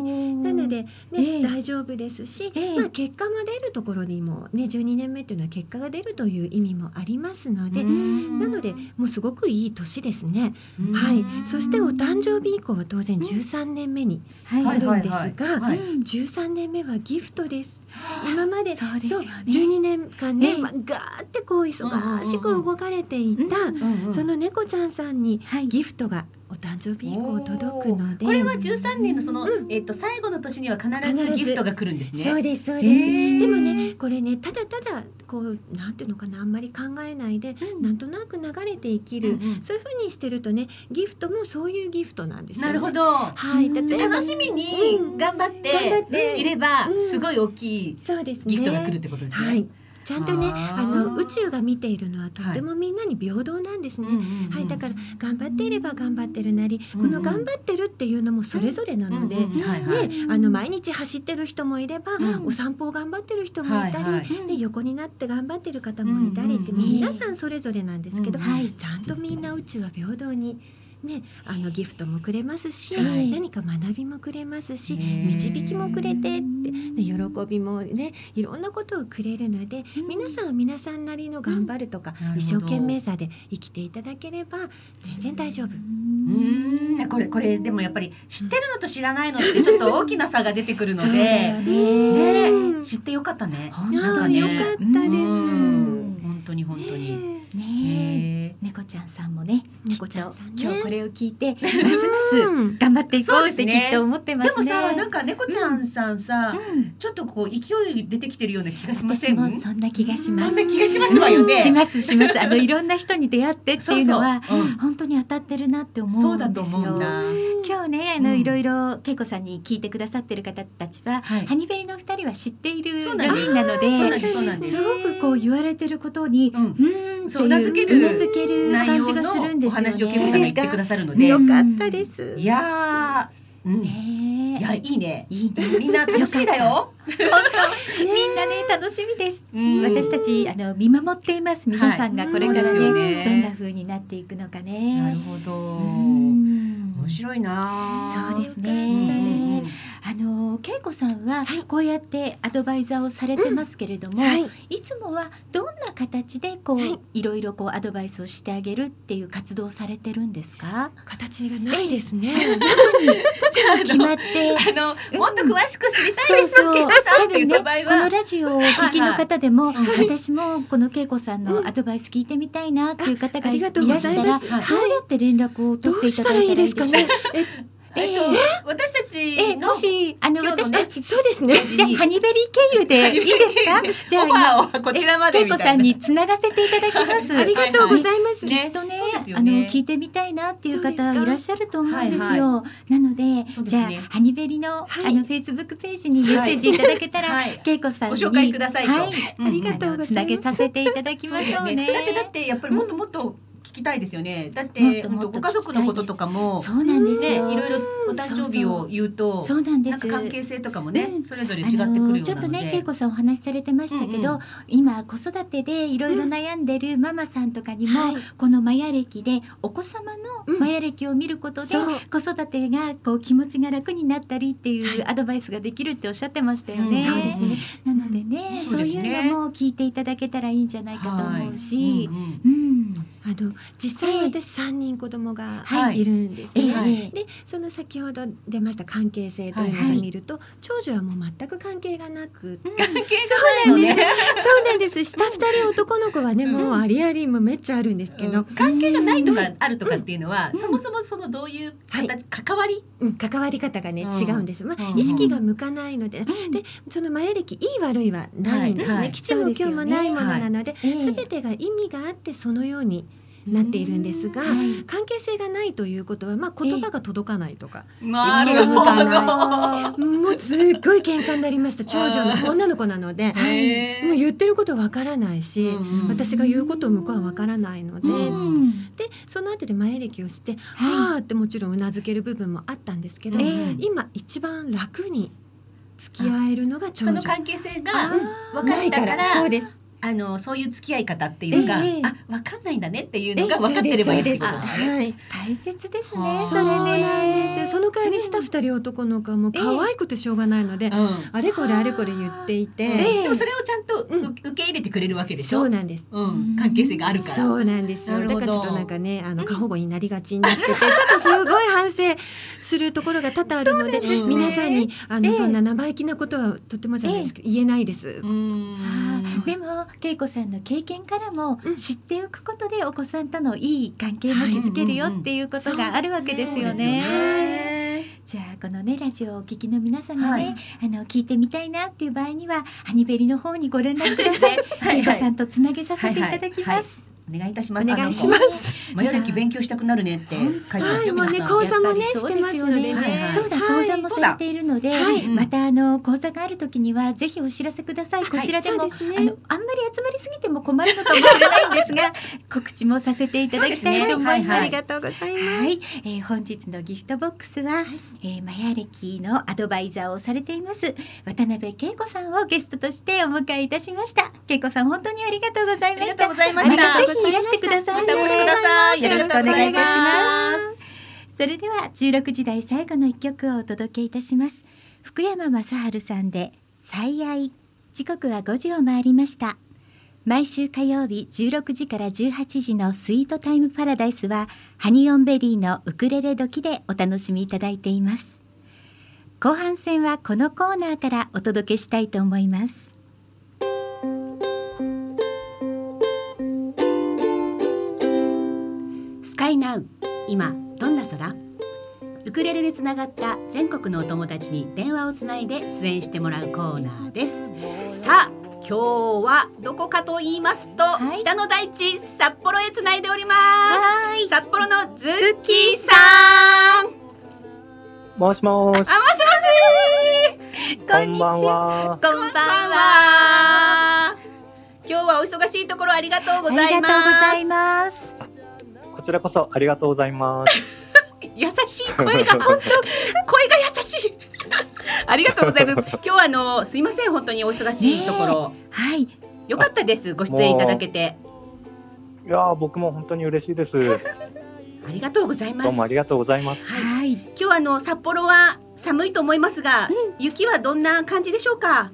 なので、ね大丈夫ですし、結果も出るところにも、ね、12年目というのは結果が出るという意味もありますので、なのでもうすごくいい年ですね。そしてお誕生日以降は当然13年目になるんですが、13年目はギフトです。今までそう12年間ね、ガーってこう忙しく動かれていた、その猫ちゃんさんにギフトがお誕生日以降届くので、 これは13年のその、最後の年には必ずギフトが来るんですね。 そうですそうです。でもねこれねただただこうなんていうのかな、あんまり考えないで、なんとなく流れて生きる、そういう風にしてるとね、ギフトもそういうギフトなんですよね。 なるほど。楽しみに頑張っていれば、すごい大きいギフトが来るってことですね。 ちゃんとね宇宙が見ているのはとてもみんなに平等なんですね。だから頑張っていれば頑張ってるなり、この頑張ってるっていうのもそれぞれなので、毎日走ってる人もいれば、お散歩を頑張ってる人もいたり、横になって頑張ってる方もいたりって、皆さんそれぞれなんですけど、ちゃんとみんな宇宙は平等にね、ギフトもくれますし、何か学びもくれますし、導きもくれてって、喜びもね、いろんなことをくれるので、皆さんは皆さんなりの頑張るとか、一生懸命さで生きていただければ全然大丈夫。 これでもやっぱり知ってるのと知らないのってちょっと大きな差が出てくるので、知ってよかったね。 本当によかったです。 本当に。 猫ちゃんさんもね、今日これを聞いてますます頑張っていこうってきっと思ってますね。 でもさ、なんか猫ちゃんさんさ、ちょっとこう勢い出てきてるような気がしません？ 私もそんな気がします。 そんな気がしますわよね。 します。いろんな人に出会ってっていうのは本当に当たってるなって思うんですよ。今日ね、いろいろ恵子さんに聞いてくださってる方たちは、ハニベリの2人は知っている4人なので、すごくこう言われてることにうなずける感じがするんですよね。お話を恵子さんが言ってくださるので、 よかったです。 いやいいね。みんな楽しみだよ。 みんなね楽しみです。私たち見守っています。皆さんがこれからねどんな風になっていくのかね。 なるほど。面白いな。 そうですね。恵子さんはこうやってアドバイザーをされてますけれども、いつもはどんな形でこういろいろこうアドバイスをしてあげるっていう活動をされてるんですか？ 形がないですね。 決まってもっと詳しく知りたいですけどさって言った場合は、 このラジオをお聞きの方でも、私もこの恵子さんのアドバイス聞いてみたいなっていう方がいらしたら、どうやって連絡を取っていただいたらいいですかね？ 私たちのもし私たちそうですね。 じゃあハニベリー経由でいいですか？じゃあオファーをこちらまで恵子さんにつながせていただきます。 ありがとうございます。 きっとね聞いてみたいなっていう方いらっしゃると思うんですよ。なのでじゃあハニベリのフェイスブックページにメッセージいただけたら恵子さんにご紹介くださいと、 ありがとうございます。つなげさせていただきましょうね。 だってやっぱりもっともっと聞きたいですよね。だってご家族のこととかもそうなんですよ。 いろいろお誕生日を言うと、なんか関係性とかもね、それぞれ違ってくるようなので、 ちょっとね恵子さんお話しされてましたけど、今子育てでいろいろ悩んでるママさんとかにも、このマヤ暦でお子様のマヤ暦を見ることで、子育てがこう気持ちが楽になったりっていうアドバイスができるっておっしゃってましたよね。 そうですね。 なのでね、そういうのも聞いていただけたらいいんじゃないかと思うし、 実際私3人子供がいるんですね。でその先ほど出ました関係性というのを見ると、長女はもう全く関係がなく、 関係がないのね。 そうなんです。下2人男の子はね、もうありありもめっちゃあるんですけど、 関係がないとかあるとかっていうのは、そもそもそのどういう形、関わり方がね違うんです。意識が向かないので、でそのマヤ暦いい悪いはないんですね。吉も凶もないものなので、全てが意味があってそのようになっているんですが、関係性がないということは、言葉が届かないとか、意識が向かない、もうすっごい喧嘩になりました。長女の女の子なので、もう言ってることわからないし、私が言うことを向こうはわからないので、でその後でマヤ暦をしてはーってもちろんうなずける部分もあったんですけど、今一番楽に付き合えるのが長女。 その関係性が分かったから、そうです。そういう付き合い方っていうのが、分かんないんだねっていうのが分かってればいいってことですね。 はい、大切ですね。 そうなんですよ。その代わり下2人男の子はもう可愛くてしょうがないので、あれこれあれこれ言っていて、 でもそれをちゃんと受け入れてくれるわけでしょ。 そうなんです。 関係性があるから。 そうなんですよ。だからちょっとなんかね、過保護になりがちになってて、ちょっとすごい反省するところが多々あるので、皆さんにそんな生意気なことはとてもじゃないですけど言えないです。 でも恵子さんの経験からも知っておくことでお子さんとのいい関係も築けるよっていうことがあるわけですよね。じゃあこのねラジオをお聞きの皆様ね、聞いてみたいなっていう場合にはハニベリの方にご連絡ください。恵子さんとつなげさせていただきます。 お願いいたします。 お願いします。 マヤ歴勉強したくなるねって書いてますよ。 もうね講座もねしてますのでね。 そうだ、講座もされているので、また講座がある時にはぜひお知らせください。こちらでもあんまり集まりすぎても困るのかもしれないんですが、告知もさせていただきたいと思います。 ありがとうございます。 本日のギフトボックスはマヤ歴のアドバイザーをされています渡辺恵子さんをゲストとしてお迎えいたしました。恵子さん本当にありがとうございました。 ありがとうございました。 いらしてください。 またお越しください。 よろしくお願いいたします。それでは16時台最後の一曲をお届けいたします。福山雅治さんで最愛。時刻は5時を回りました。毎週火曜日16時から18時のスイートタイムパラダイスはハニオンベリーのウクレレ時でお楽しみいただいています。後半戦はこのコーナーからお届けしたいと思います。 スカイナウ、今どんな空。ウクレレでつながった全国のお友達に電話をつないで出演してもらうコーナーです。さあ今日はどこかと言いますと、北の大地札幌へつないでおります。札幌のズッキーさん。 もしもし。 もしもし。 こんばんは。 こんばんは。今日はお忙しいところありがとうございます。 ありがとうございます。 こちらこそありがとうございます。 優しい声が本当声が優しいありがとうございます。今日はすいません本当にお忙しいところ、よかったです。ご出演いただけて。 いや僕も本当に嬉しいです。 ありがとうございます。 どうもありがとうございます。 今日は札幌は寒いと思いますが、雪はどんな感じでしょうか。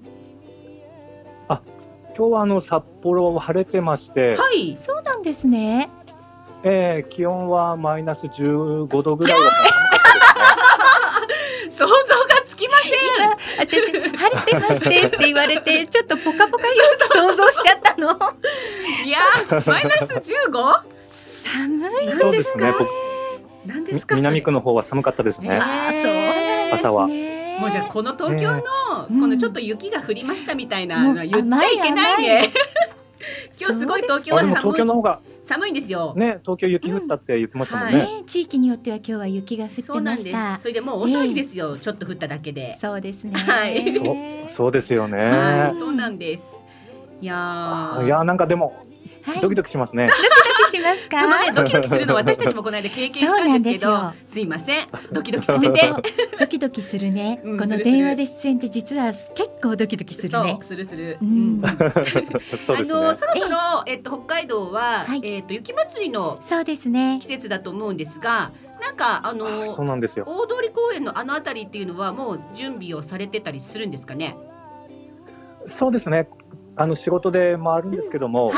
今日は札幌は晴れてまして、 そうなんですね。 気温はマイナス15度ぐらいだったですね。想像がつきません。私晴れてましてって言われてちょっとポカポカ想像しちゃったの。 いやマイナス 15？ 寒いですか。 そうですね。 何ですか。 南区の方は寒かったですね。朝は。 もうじゃあこの東京のこのちょっと雪が降りましたみたいな言っちゃいけないね。今日すごい東京は東京の方が寒いんですよ。 ね、東京雪降ったって言ってましたもんね。 地域によっては今日は雪が降ってました。 そうなんです。それでもうお騒ぎですよ。ちょっと降っただけで。 そうですね。 そうですよね。 そうなんです。いやなんかでもドキドキしますね。 ドキドキしますか。 そのねドキドキするの私たちもこの間経験したんですけど、すいませんドキドキさせて。 ドキドキするね。この電話で出演って実は結構ドキドキするね。 する。そろそろ北海道は雪まつりの季節だと思うんですが、なんかそうなんですよ。 大通公園のあたりっていうのはもう準備をされてたりするんですかね。 そうですね。仕事で回るんですけども、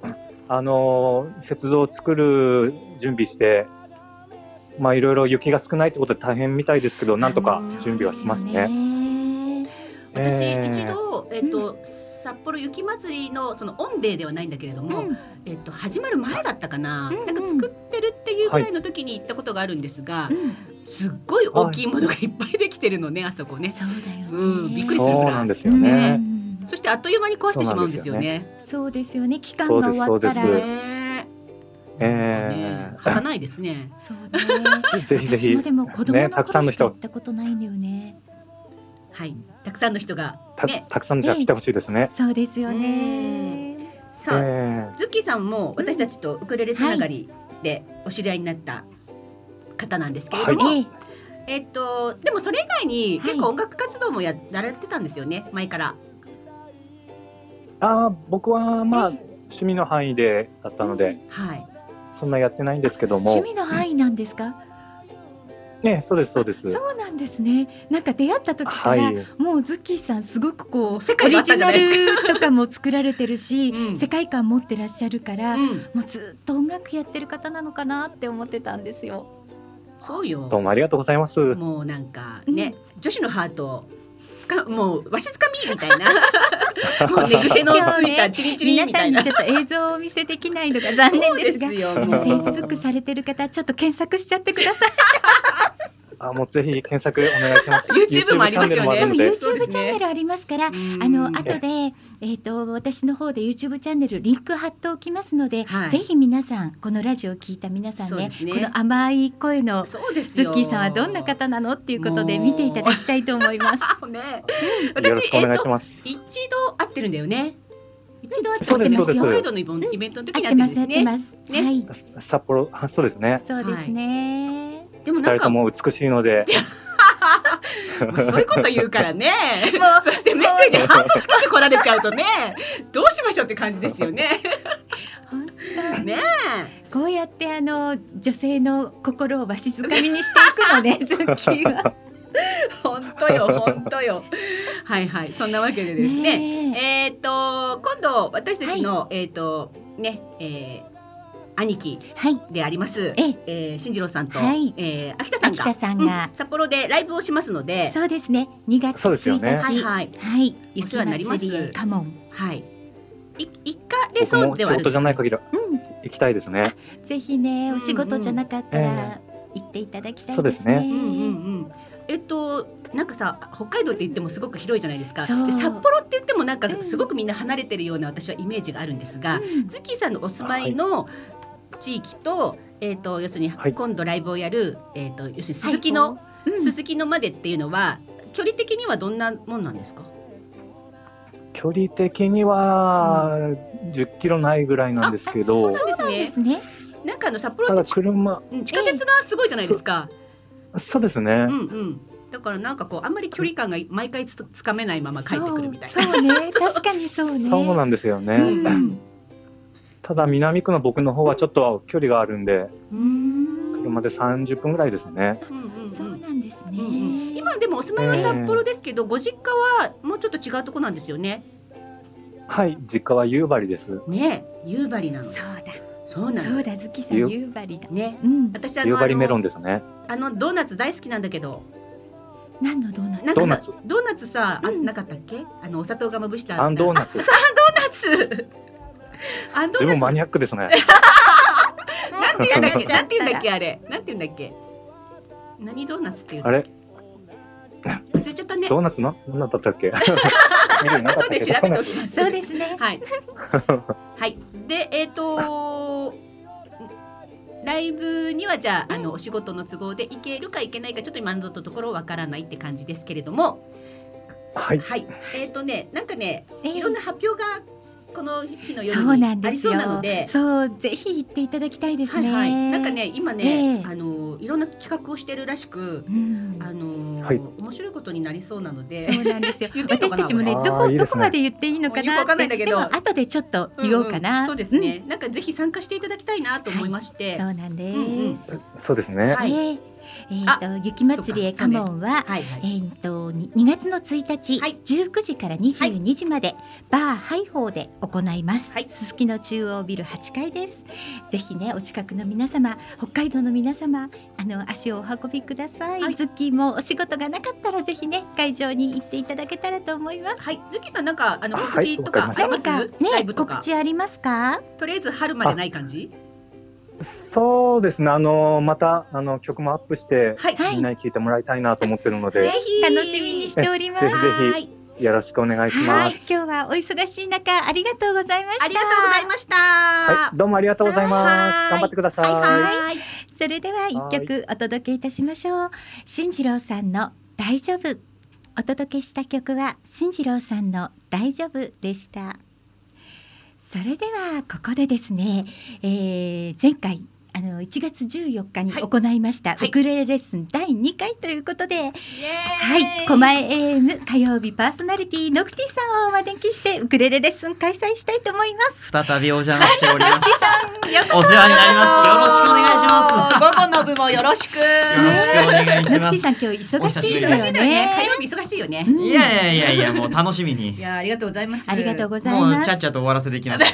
雪像を作る準備して、いろいろ雪が少ないってことで大変みたいですけど、なんとか準備はしますね。 私一度札幌雪まつりのそのオンデーではないんだけれども、始まる前だったかな、なんか作ってるっていうぐらいの時に行ったことがあるんですが、すっごい大きいものがいっぱいできてるのね、あそこね。 そうだよね。 びっくりするぐらい。 そうなんですよね。 そしてあっという間に壊してしまうんですよね。 そうですよね。期間が終わったらはかないですね。 そうね。 ぜひぜひ。 私もでも子供の頃しか行ったことないんだよね。 たくさんの人がたくさんの人が来てほしいですね。 そうですよね。 さあ、ズッキーさんも私たちとウクレレつながりでお知り合いになった方なんですけれども、 でもそれ以外に結構音楽活動もやられてたんですよね、前から。 僕は趣味の範囲でだったので、そんなやってないんですけども。 趣味の範囲なんですか？ ね、そうですそうです。 そうなんですね。なんか出会った時から、もうズッキーさんすごくこう世界オリジナルとかも作られてるし、世界観持ってらっしゃるから、もうずっと音楽やってる方なのかなって思ってたんですよ。 そうよ。 どうもありがとうございます。 もうなんかね、女子のハートもうわしづかみみたいなもう寝癖のついたチリチリみたいな、 皆さんにちょっと映像をお見せできないのが残念ですが、Facebook されてる方ちょっと検索しちゃってくださいもうぜひ検索お願いします。 YouTube もありますよね。 YouTube チャンネルありますから、後で私の方で YouTube チャンネルリンク貼っておきますので、ぜひ皆さんこのラジオを聞いた皆さんね、この甘い声のズッキーさんはどんな方なのっていうことで見ていただきたいと思います私よろしくお願いします。 一度会ってるんだよね。一度会ってますよ。 北海道のイベントの時に会ってますね。 はい、 札幌、そうですね。 そうですね。 でもなんか 2人とも美しいのでそういうこと言うからねそしてメッセージハートつけてこられちゃうとねどうしましょうって感じですよねねえ、 こうやって女性の心をわしづかみにしていくのねズッキーは本当よ本当よはいはい、そんなわけでですね、今度私たちの、兄貴であります、進次郎さんと、秋田さんが、札幌でライブをしますので、 そうですね、2月1日、 お世話になります。 カモン、 行かれそうではあるんですけど、 仕事じゃない限り行きたいですね。 ぜひね、お仕事じゃなかったら行っていただきたいですね。 なんかさ、北海道って言ってもすごく広いじゃないですか。で札幌って言ってもなんかすごくみんな離れてるような私はイメージがあるんですが、ズッキーさんのお住まいの地域と、要するに今度ライブをやる、要するにすすきのまでっていうのは距離的にはどんなもんなんですか？ 距離的には10キロないぐらいなんですけど、 そうですね。なんか札幌って地下鉄がすごいじゃないですか。 そうですね。 だからなんかこうあんまり距離感が毎回つかめないまま帰ってくるみたいな。 そうね、確かにそうね。 そうなんですよね。ただ南区の僕の方はちょっと距離があるんで、車で30分ぐらいですね。 そうなんですね。 今でもお住まいは札幌ですけど、ご実家はもうちょっと違うとこなんですよね。 はい、実家は夕張です。 ね、夕張なの。そうだ、 ズキさん夕張だね。私夕張メロンですね。 ドーナツ大好きなんだけど。 何のドーナツ？ ドーナツ。 ドーナツさ、なかったっけ？お砂糖がまぶした。 アンドーナツ。 ドーナツ。 自分マニアックですね。 なんて言うんだっけあれ。なんて言うんだっけ。何ドーナツっていうの？あれ。忘れちゃったね。 ドーナツの何だったっけ？ 後で調べておきます。 そうですね。 はい。はい。でライブにはじゃあ、お仕事の都合で行けるか行けないかちょっと今のところわからないって感じですけれども、 はい。 なんかね、いろんな発表がこの日の夜にありそうなので、 ぜひ行っていただきたいですね。 なんかね、今ね、いろんな企画をしてるらしく、面白いことになりそうなので、 そうなんですよ。私たちもね、どこまで言っていいのかなって、でも後でちょっと言おうかな。 そうですね。なんかぜひ参加していただきたいなと思いまして。 そうなんです。 そうですね。 雪まつりへカモンは2月の1日19時から22時までバーハイホーで行います。すすきの中央ビル8階です。ぜひね、お近くの皆様、北海道の皆様、足をお運びください。ズッキーもお仕事がなかったらぜひね、会場に行っていただけたらと思います。 ズッキーさん、なんか告知とかあります？ 告知ありますか？ とりあえず春までない感じ？ そうですね。また曲もアップして、みんなに聴いてもらいたいなと思ってるので、 ぜひ楽しみにしております。 ぜひよろしくお願いします。 今日はお忙しい中ありがとうございました。 ありがとうございました。 どうもありがとうございます。頑張ってください。 それでは一曲お届けいたしましょう。進次郎さんの大丈夫。お届けした曲は進次郎さんの大丈夫でした。それではここでですね、前回 1月14日に行いました、ウクレレレッスン第2回ということで、狛江 AM 火曜日パーソナリティのくてぃさんをお招きしてウクレレレッスン開催したいと思います。 再びお邪魔しております。 お世話になります。よろしくお願いします。 午後の部もよろしく。 よろしくお願いします。 のくてぃさん今日忙しいですよね。 火曜日忙しいよね。 いやもう楽しみに。 いやありがとうございます。 ありがとうございます。 もうちゃっちゃと終わらせていきます。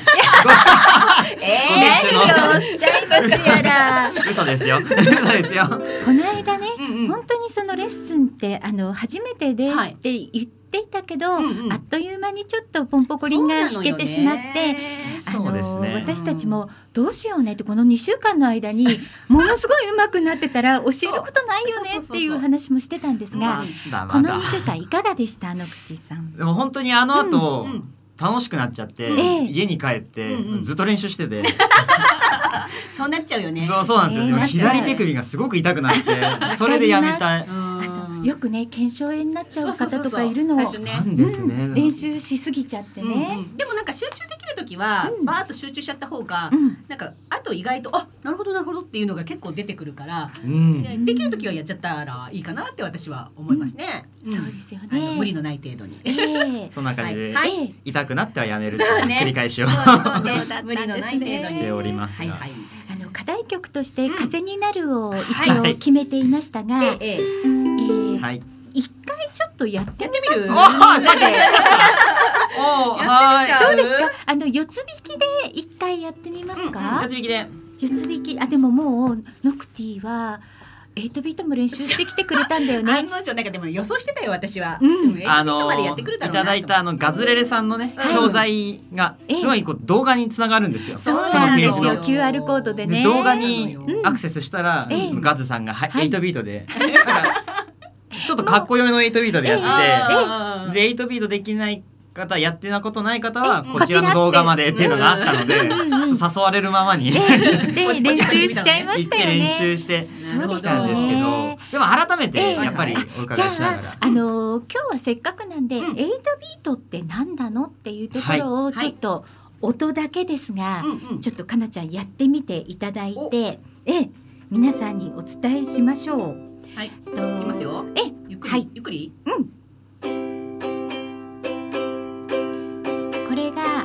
おっしゃいますやら。 嘘ですよ。嘘ですよ。 この間ね、本当にそのレッスンって初めてですって言っていたけど、あっという間にちょっとポンポコリンが弾けてしまって、私たちもどうしようねってこの2週間の間にものすごい上手くなってたら教えることないよねっていう話もしてたんですが、この2週間いかがでした？のくちさん。 でも本当に後、楽しくなっちゃって、家に帰ってずっと練習してて、 そうなっちゃうよね。 そうなんですよ。左手首がすごく痛くなって、それでやめたい。 よくね腱鞘炎になっちゃう方とかいるの。 なんですね。 練習しすぎちゃってね。 でもなんか集中できるときはバーッと集中しちゃった方が、なんかあと意外となるほどっていうのが結構出てくるから、できるときはやっちゃったらいいかなって私は思いますね。 そうですよね。 無理のない程度に。 そんな感じで痛くなってはやめる繰り返しを無理のない程度にしておりますが、 課題曲として風になるを一応決めていましたが、一回ちょっとやってみる。どうですか？四つ弾きで一回やってみますか？ 四つ弾きで。 四つ弾き。でももうノクティは8ビートも練習してきてくれたんだよね。 案の定なんかでも予想してたよ私は。8ビートまでやってくるだろうな。 いただいたガズレレさんのね教材がすごい動画につながるんですよ。 そうなんですよ。QR コードでね。 動画にアクセスしたらガズさんが8ビートでちょっとかっこよめの8ビートでやって、で8ビートできない方、やってなことない方はこちらの動画までっていうのがあったので、誘われるままにで練習しちゃいましたよね。 練習してきたんですけど、でも改めてやっぱりお伺いしながら、 今日はせっかくなんで8ビートって何なのっていうところをちょっと音だけですが、ちょっとかなちゃんやってみていただいて、皆さんにお伝えしましょう。 はい、いきますよ。ゆっくりゆっくり。 これが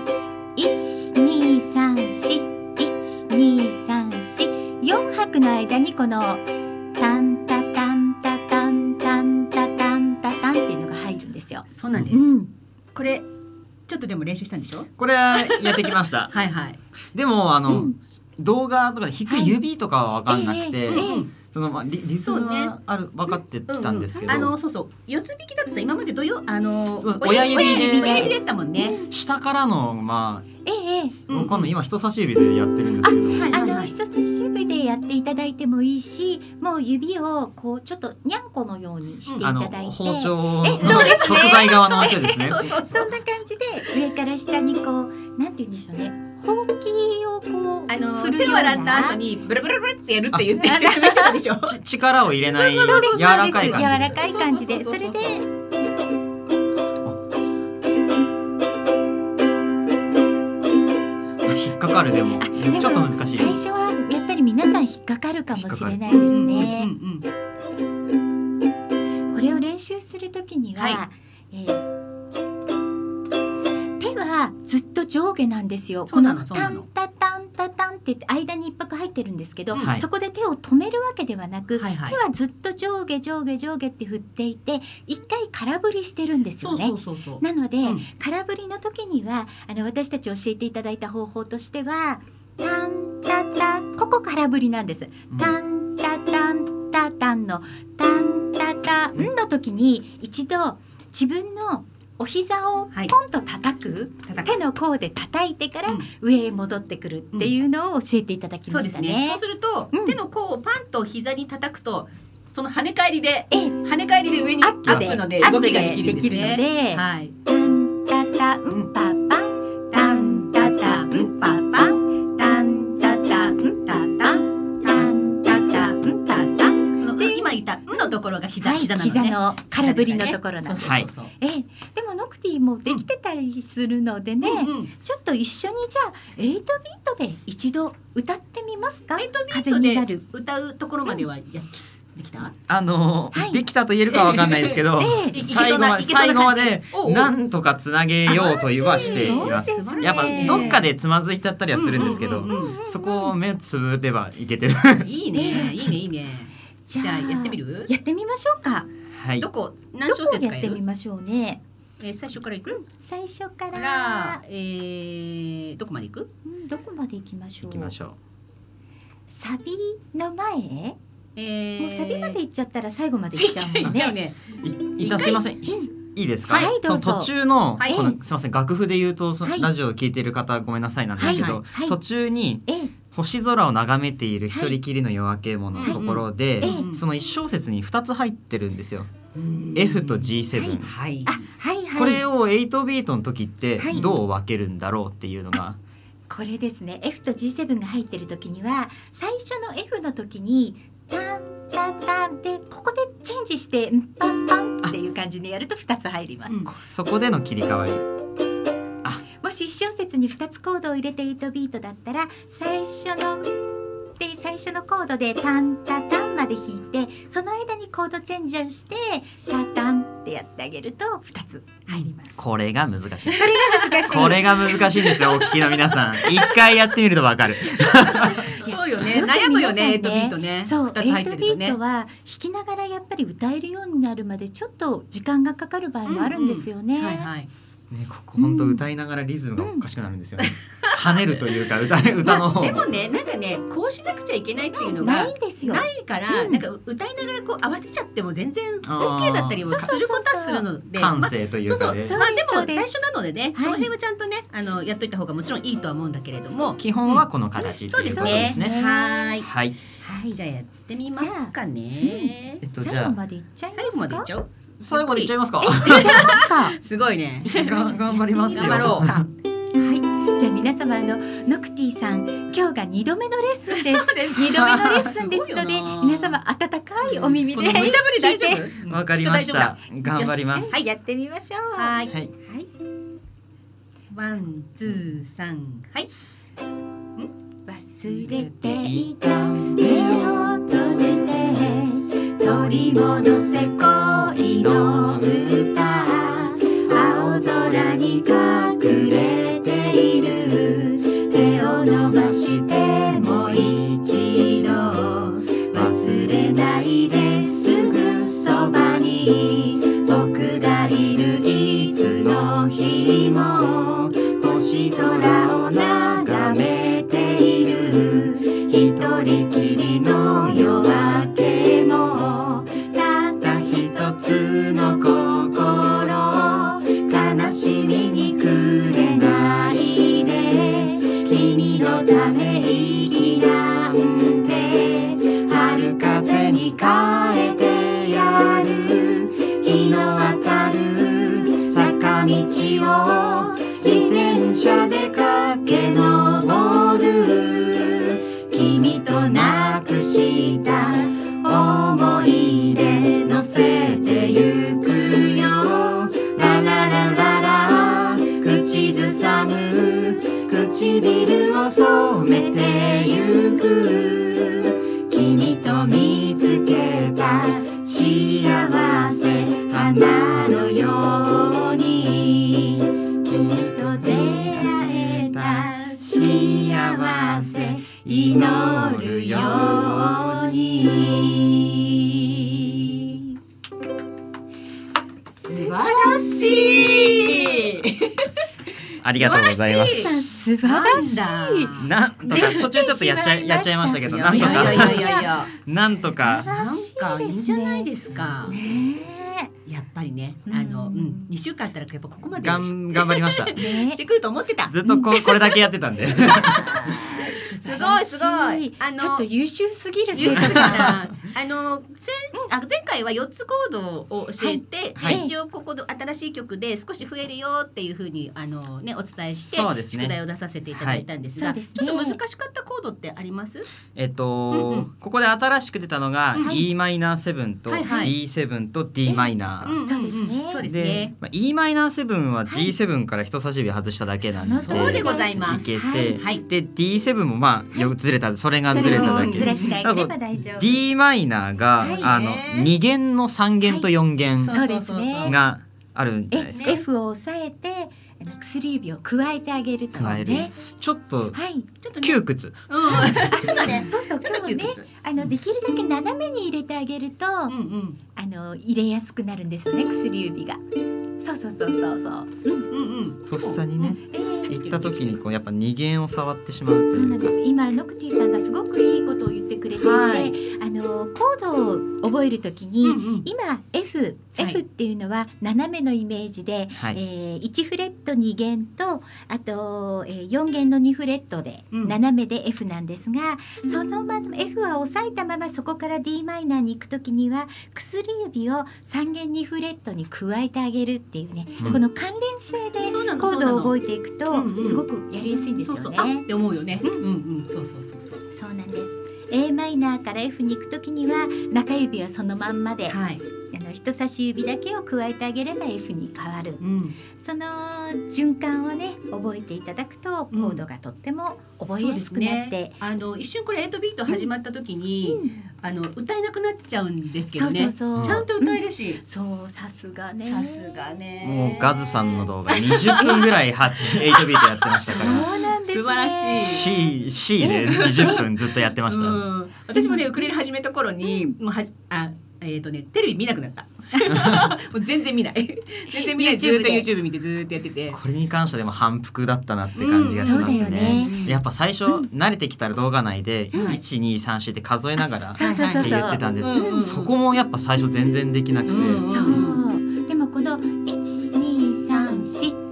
123412344拍の間にこのタンタタンタタンタンタタンタタンっていうのが入るんですよ。 そうなんです。これちょっとでも練習したんでしょ？ これはやってきました。でも動画とかで弾く指とかは分かんなくて、そのリズムは分かってきたんですけど、 四つ弾きだとさ、今まで親指でやってたもんね。 下からの今度今人差し指でやってるんですけど、 人差し指でやっていただいてもいいし、もう指をこうちょっっとにゃんこのようにしていただいて、 包丁の食材側の手ですね。 そんな感じで上から下にこうなんて言うんでしょうね、ほうきをこう振るような、 手を洗った後にブルブルブルってやるって言って説明してたでしょ。 力を入れない柔らかい感じ、 柔らかい感じで、それで引っかかる。でもちょっと難しい。 最初はやっぱり皆さん引っかかるかもしれないですね。これを練習するときには、手はずっと上下なんですよ。このタンタタンタタンって間に一拍入ってるんですけど、そこで手を止めるわけではなく、手はずっと上下上下上下って振っていて、一回空振りしてるんですよね。なので、空振りの時には私たち教えていただいた方法としては、タンタタ、ここ空振りなんです。タンタタンタタンのタンタタンの時に一度自分のお膝をポンと叩く、手の甲で叩いてから上へ戻ってくるっていうのを教えていただきましたね。 そうすると、手の甲をパンと膝に叩くと、その跳ね返りで上にアップので動きができるんですね。 タンタタンパパン、タンタタンパパン、タンタタンパパン、タンタタンパパン。 今言った「ん」のところが膝なのね。 膝の空振りのところなんです。でもノクテティもできてたりするのでね、ちょっと一緒にじゃあ8ビートで一度歌ってみますか。 8ビートで歌うところまではできた？ できたと言えるかは分かんないですけど、最後までなんとかつなげようというはしています。やっぱどっかでつまずいちゃったりはするんですけど、そこを目つぶればいけてる。 いいね。じゃあやってみる？ やってみましょうか。 はい。 何小節かやってみましょうね。 最初からいく？ 最初からどこまでいく？ どこまで行きましょう。サビの前？もうサビまで行っちゃったら最後まで行っちゃうもんね。 一旦すいません。いいですか？ はい、どうぞ。 途中のすいません、楽譜で言うとラジオを聞いている方ごめんなさいなんですけど、途中に星空を眺めている一人きりの夜明けものところで、その1小節に2つ入ってるんですよ。F と G7。これを8ビートの時ってどう分けるんだろうっていうのが。 これですね、F と G7 が入ってる時には最初の F の時にタンタタンでここでチェンジしてパンパンっていう感じでやると2つ入ります。 そこでの切り替わり。 もし1小節に2つコードを入れて8ビートだったら最初のコードでタンタタンまで弾いて、その間にコードチェンジをしてタタンってやってあげると2つ入ります。 これが難しい。これが難しいんですよ。お聞きの皆さん、一回やってみるとわかる。 そうよね。悩むよね。8ビートね。 そう、8ビートは弾きながらやっぱり歌えるようになるまでちょっと時間がかかる場合もあるんですよね。 ね、ここ本当歌いながらリズムがおかしくなるんですよね。跳ねるというか歌の方。 でもね、なんかね、こうしなくちゃいけないっていうのがないんですよ。 ないから、なんか歌いながらこう合わせちゃっても全然 OK だったりもすることはするので、 感性というかね。 でも最初なのでね、その辺はちゃんとね、やっといた方がもちろんいいとは思うんだけれども、 基本はこの形ということですね。 はい。じゃあやってみますかね。 最後までいっちゃいますか。 最後までいっちゃう。 最後までいっちゃいますか。 すごいね。 頑張りますよ。 頑張ろう。 はい。じゃあ皆様ノクティさん、今日が2度目のレッスンです。2度目のレッスンですので、皆様温かいお耳で無茶ぶり大丈夫？ わかりました。頑張ります。 はい、やってみましょう。 はい。ワン、ツー、サン、はい。 忘れていた目を閉じて取り戻せ恋の歌、青空に隠れている手を伸ばしてもう一度忘れないですぐそばに僕がいるいつの日も星空を眺めている一人きりの夜明けもたった一つの心、悲しみにくれないで君のため息なんて春風に変えてやる、日の当たる坂道を自転車で駆け上る、君となくした思い出乗せてゆくよ、ラララララ口ずさむ唇を染めてゆく、君と見つけた幸せ花のように君と出会えた幸せ祈るように。素晴らしい。 ありがとうございます。 素晴らしい。 なんとか途中ちょっとやっちゃいましたけど、なんとかなんとかいいんじゃないですか。やっぱりね、2週間あったらやっぱここまで頑張りました。 してくると思ってた。 ずっとこれだけやってたんで。 すごいすごい。 ちょっと優秀すぎる。 前回は4つコードを教えて、一応ここで新しい曲で少し増えるよっていうふうにお伝えして、宿題を出させていただいたんですが、ちょっと難しかったコードってあります？ ここで新しく出たのが Em7 と D7 と d マイナー。 そうですね。 Em7 は G7 から人差し指外しただけなんで、 そうでございます。 いけて、で D7 もずれた、それがずれただけ。D マイナーが2弦の3弦と4弦があるんじゃないですか。 F を押さえて薬指を加えてあげるとね。 ちょっと窮屈。 ちょっとね、 そう今日ね、できるだけ斜めに入れてあげると入れやすくなるんですよね、薬指が。そう。 とっさにね、行った時にやっぱ2弦を触ってしまうという。 そうなんです。今ノクティさんがすごくいいことを言ってくれていて、コードを覚える時に、今 F っていうのは斜めのイメージで、1フレット2弦とあと4弦の2フレットで斜めで F なんですが、そのまま F は押さえたままそこから d マイナーに行く時には薬指を3弦2フレットに加えてあげるっていうね、この関連性でコードを覚えていくとすごくやりやすいんですよね。 って思うよね。 そうなんです。A マイナーから F に行くときには中指はそのまんまで、人差し指だけを加えてあげれば F に変わる、その循環をね覚えていただくとコードがとっても覚えやすくなって、 一瞬これ8ビート始まった時に、歌えなくなっちゃうんですけどね。ちゃんと歌えるし、 さすがね。 もうガズさんの動画20分ぐらい8ビートやってましたから。 そうなんですね。 素晴らしい。 C で20分ずっとやってました。 私もねウクレレ始めた頃にもうテレビ見なくなった。もう全然見ないずっと YouTube 見てずっとやってて、 これに関してでも反復だったなって感じがしますね。やっぱ最初慣れてきたら動画内で 1,2,3,4 って数えながらって言ってたんですけど、そこもやっぱ最初全然できなくて、 でもこの 1,2,3,4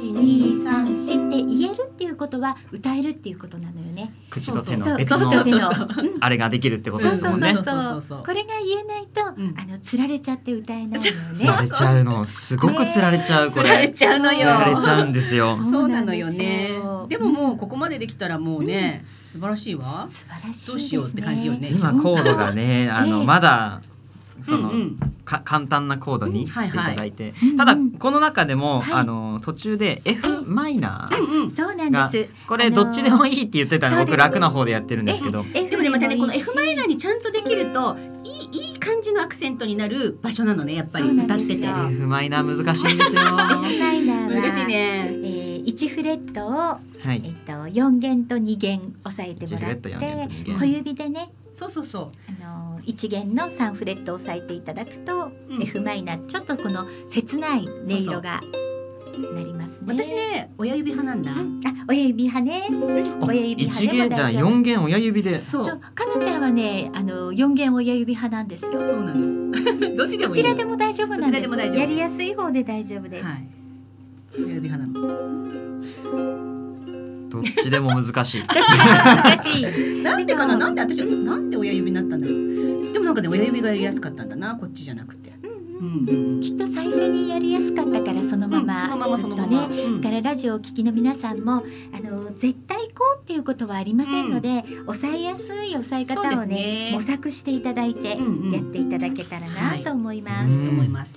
1,2,3,4 って言えるっていうことは歌えるっていうことなのよね。 口と手の別のあれができるってことですもんね。 これが言えないとつられちゃって歌えないのよね。 つられちゃうの、すごくつられちゃう。これつられちゃうのよ。 つられちゃうんですよ。 そうなのよね。でももうここまでできたらもうね、素晴らしいわ。 素晴らしいですね。 どうしようって感じよね。 今コードがねまだ簡単なコードにしていただいて、ただこの中でも途中で F マイナーがこれどっちでもいいって言ってたので、僕楽な方でやってるんですけど、 でもねまたねこの F マイナーにちゃんとできるといい感じのアクセントになる場所なのね、やっぱり歌ってて。 F マイナー難しいんですよ。 F マイナーは難しいね。 1フレットを4弦と2弦押さえてもらって小指でね、1弦の3フレットを押さえていただくと、F マイナーちょっとこの切ない音色がなりますね。 私ね親指派なんだ。 親指派ね。親指派でも大丈夫。1 弦じゃあ4弦親指で。 そうかなちゃんはね4弦親指派なんですよ。 そうなの。どちらでも大丈夫なんです。やりやすい方で大丈夫です。 親指派なの。 どっちでも難しい。 難しい。 なんでかな。なんで私なんで親指になったんだろう。でもなんかね親指がやりやすかったんだな、こっちじゃなくて。 きっと最初にやりやすかったからそのままずっとね。からラジオを聴きの皆さんも絶対こうっていうことはありませんので、抑えやすい抑え方をね模索していただいてやっていただけたらなと思います。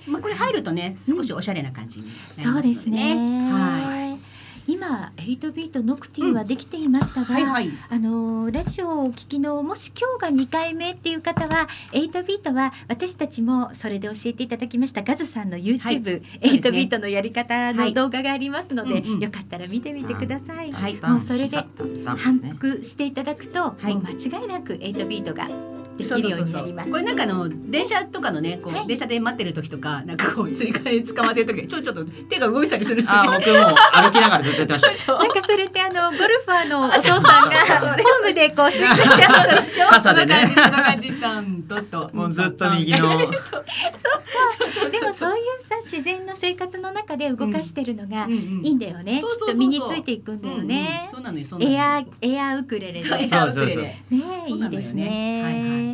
これ入るとね少しおしゃれな感じになりますそうですね。今8ビートノクティはできていましたが、ラジオをお聞きのもし今日が2回目っていう方は8ビートは私たちもそれで教えていただきましたガズさんの YouTube、8ビートのやり方の動画がありますので、よかったら見てみてください。もうそれで反復していただくと、もう間違いなく8ビートができるようになります。 これなんか電車とかのね電車で待ってる時とかなんか追加で捕まってる時ちょっと手が動いたりする。 僕も歩きながらずっとやってました。 なんかそれってゴルファーのお父さんがホームでこうスイッチしちゃうでしょ。 傘でね。 もうずっと右の。 でもそういうさ自然の生活の中で動かしてるのがいいんだよね。きっと身についていくんだよね。エアウクレレで。 そうねいいですね。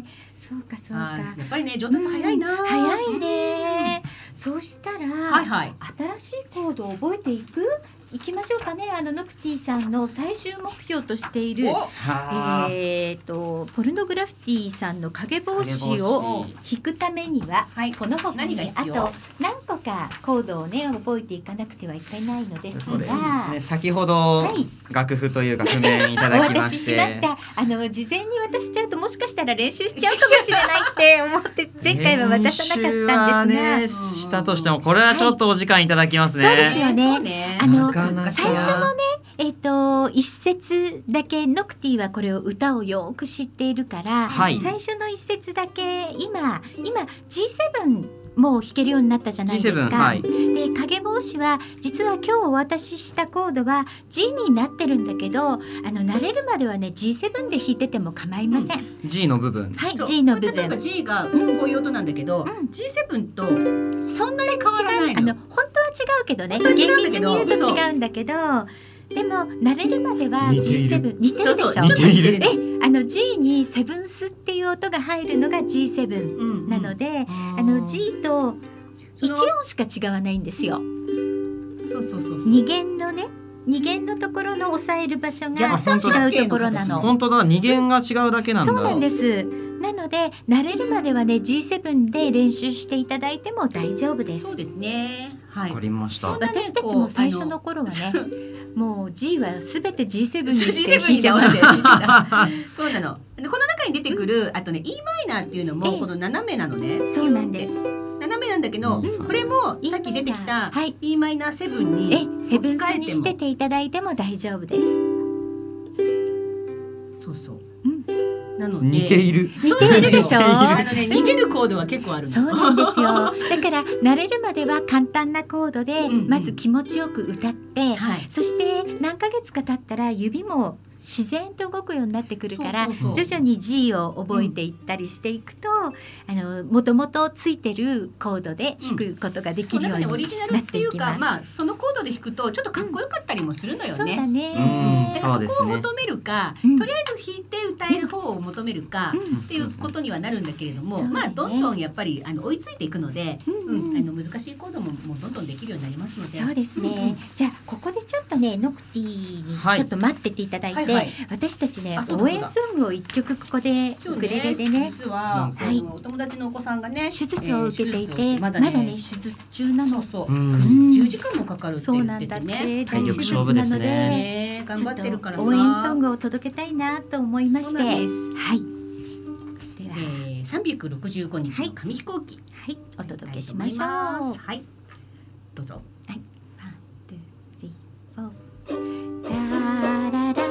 そうかそうか。 やっぱりね上達早いな。 早いね。そうしたら、新しいコードを覚えていきましょうかね。ノクティさんの最終目標としているポルノグラフィティさんの影帽子を引くためには、この他にあと何個かコードをね覚えていかなくてはいけないのですが、 先ほど楽譜というか譜面いただきまして、 お渡ししました。事前に渡しちゃうともしかしたら練習しちゃうかもしれないって思って前回は渡さなかったんですが、 したとしてもこれはちょっとお時間いただきますね。 そうですよね。最初のね、一節だけノクティはこれを歌をよく知っているから、最初の一節だけ今 G7 もう弾けるようになったじゃないですか。で影帽子は実は今日お渡ししたコードは G になってるんだけど、慣れるまではね G7 で弾いてても構いません。 G の部分。 はい、G の部分。 例えば G がこういう音なんだけど、G7 とそんなに変わらないの。 本当は違うけどね。厳密に言うと違うんだけど。でも慣れるまでは G7 似てるでしょ。 似ている。 G にセブンスっていう音が入るのが G7 なので、G と1音しか違わないんですよ。2弦のね、2弦のところの押さえる場所が違うところなの。 本当だ、2弦が違うだけなんだ。 そうなんです。なので慣れるまではね G7 で練習していただいても大丈夫です。 そうですね。 わかりました。 私たちも最初の頃はね、もう G はすべて G7 にして弾いてました。 そうなの。この中に出てくるあとね E マイナーっていうのもこの斜めなのね。 そうなんです。 斜めなんだけど、これもさっき出てきた E マイナー7にセブンスにしてていただいても大丈夫です。 そうそう。 なので似ているでしょ。 逃げるコードは結構あるの。 そうなんですよ。だから慣れるまでは簡単なコードでまず気持ちよく歌って、そして何ヶ月か経ったら指も自然と動くようになってくるから、徐々に G を覚えていったりしていくと、もともとついてるコードで弾くことができるようになっていきます。 オリジナルっていうか、そのコードで弾くとちょっとかっこよかったりもするのよね。 そうだね。 だからそこを求めるか、とりあえず弾いて歌える方を求めるかっていうことにはなるんだけれども、どんどんやっぱり追いついていくので、難しいコードももうどんどんできるようになりますので。 そうですね。じゃあここでちょっとねノクティにちょっと待ってていただいて、私たちね応援ソングを一曲ここでウクレレでね、 実はお友達のお子さんがね手術を受けていて、まだね手術中なの。 10時間もかかるって言っててね。 体力勝負ですね。頑張ってるからさ。 応援ソングを届けたいなと思いまして、はい。 では365日の紙飛行機、 お届けしましょう。 はい、どうぞ。 はい。1、2、3、4。ララララ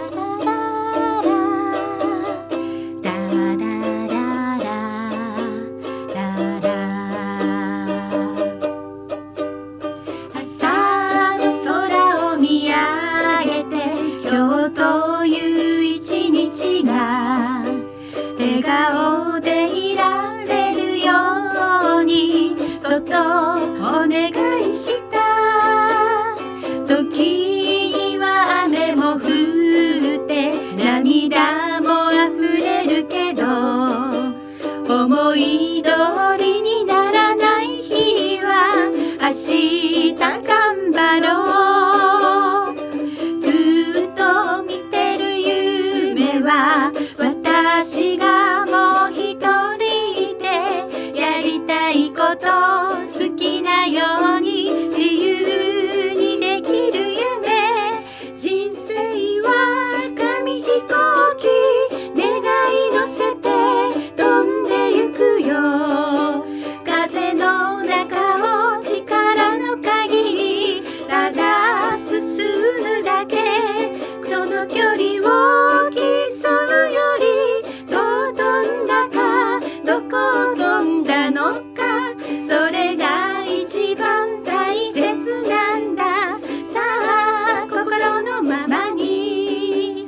お願いした時には雨も降って涙も溢れるけど、思い通りにならない日は明日頑張ろう。ずっと見てる夢は私がもう一人でやりたいこと好きなように自由にできる夢。人生は紙飛行機、願い乗せて飛んでゆくよ。風の中を力の限りただ進むだけ。その距離を競うよりどう飛んだか、どこを飛んだのか、それが一番大切なんだ。さあ心のままに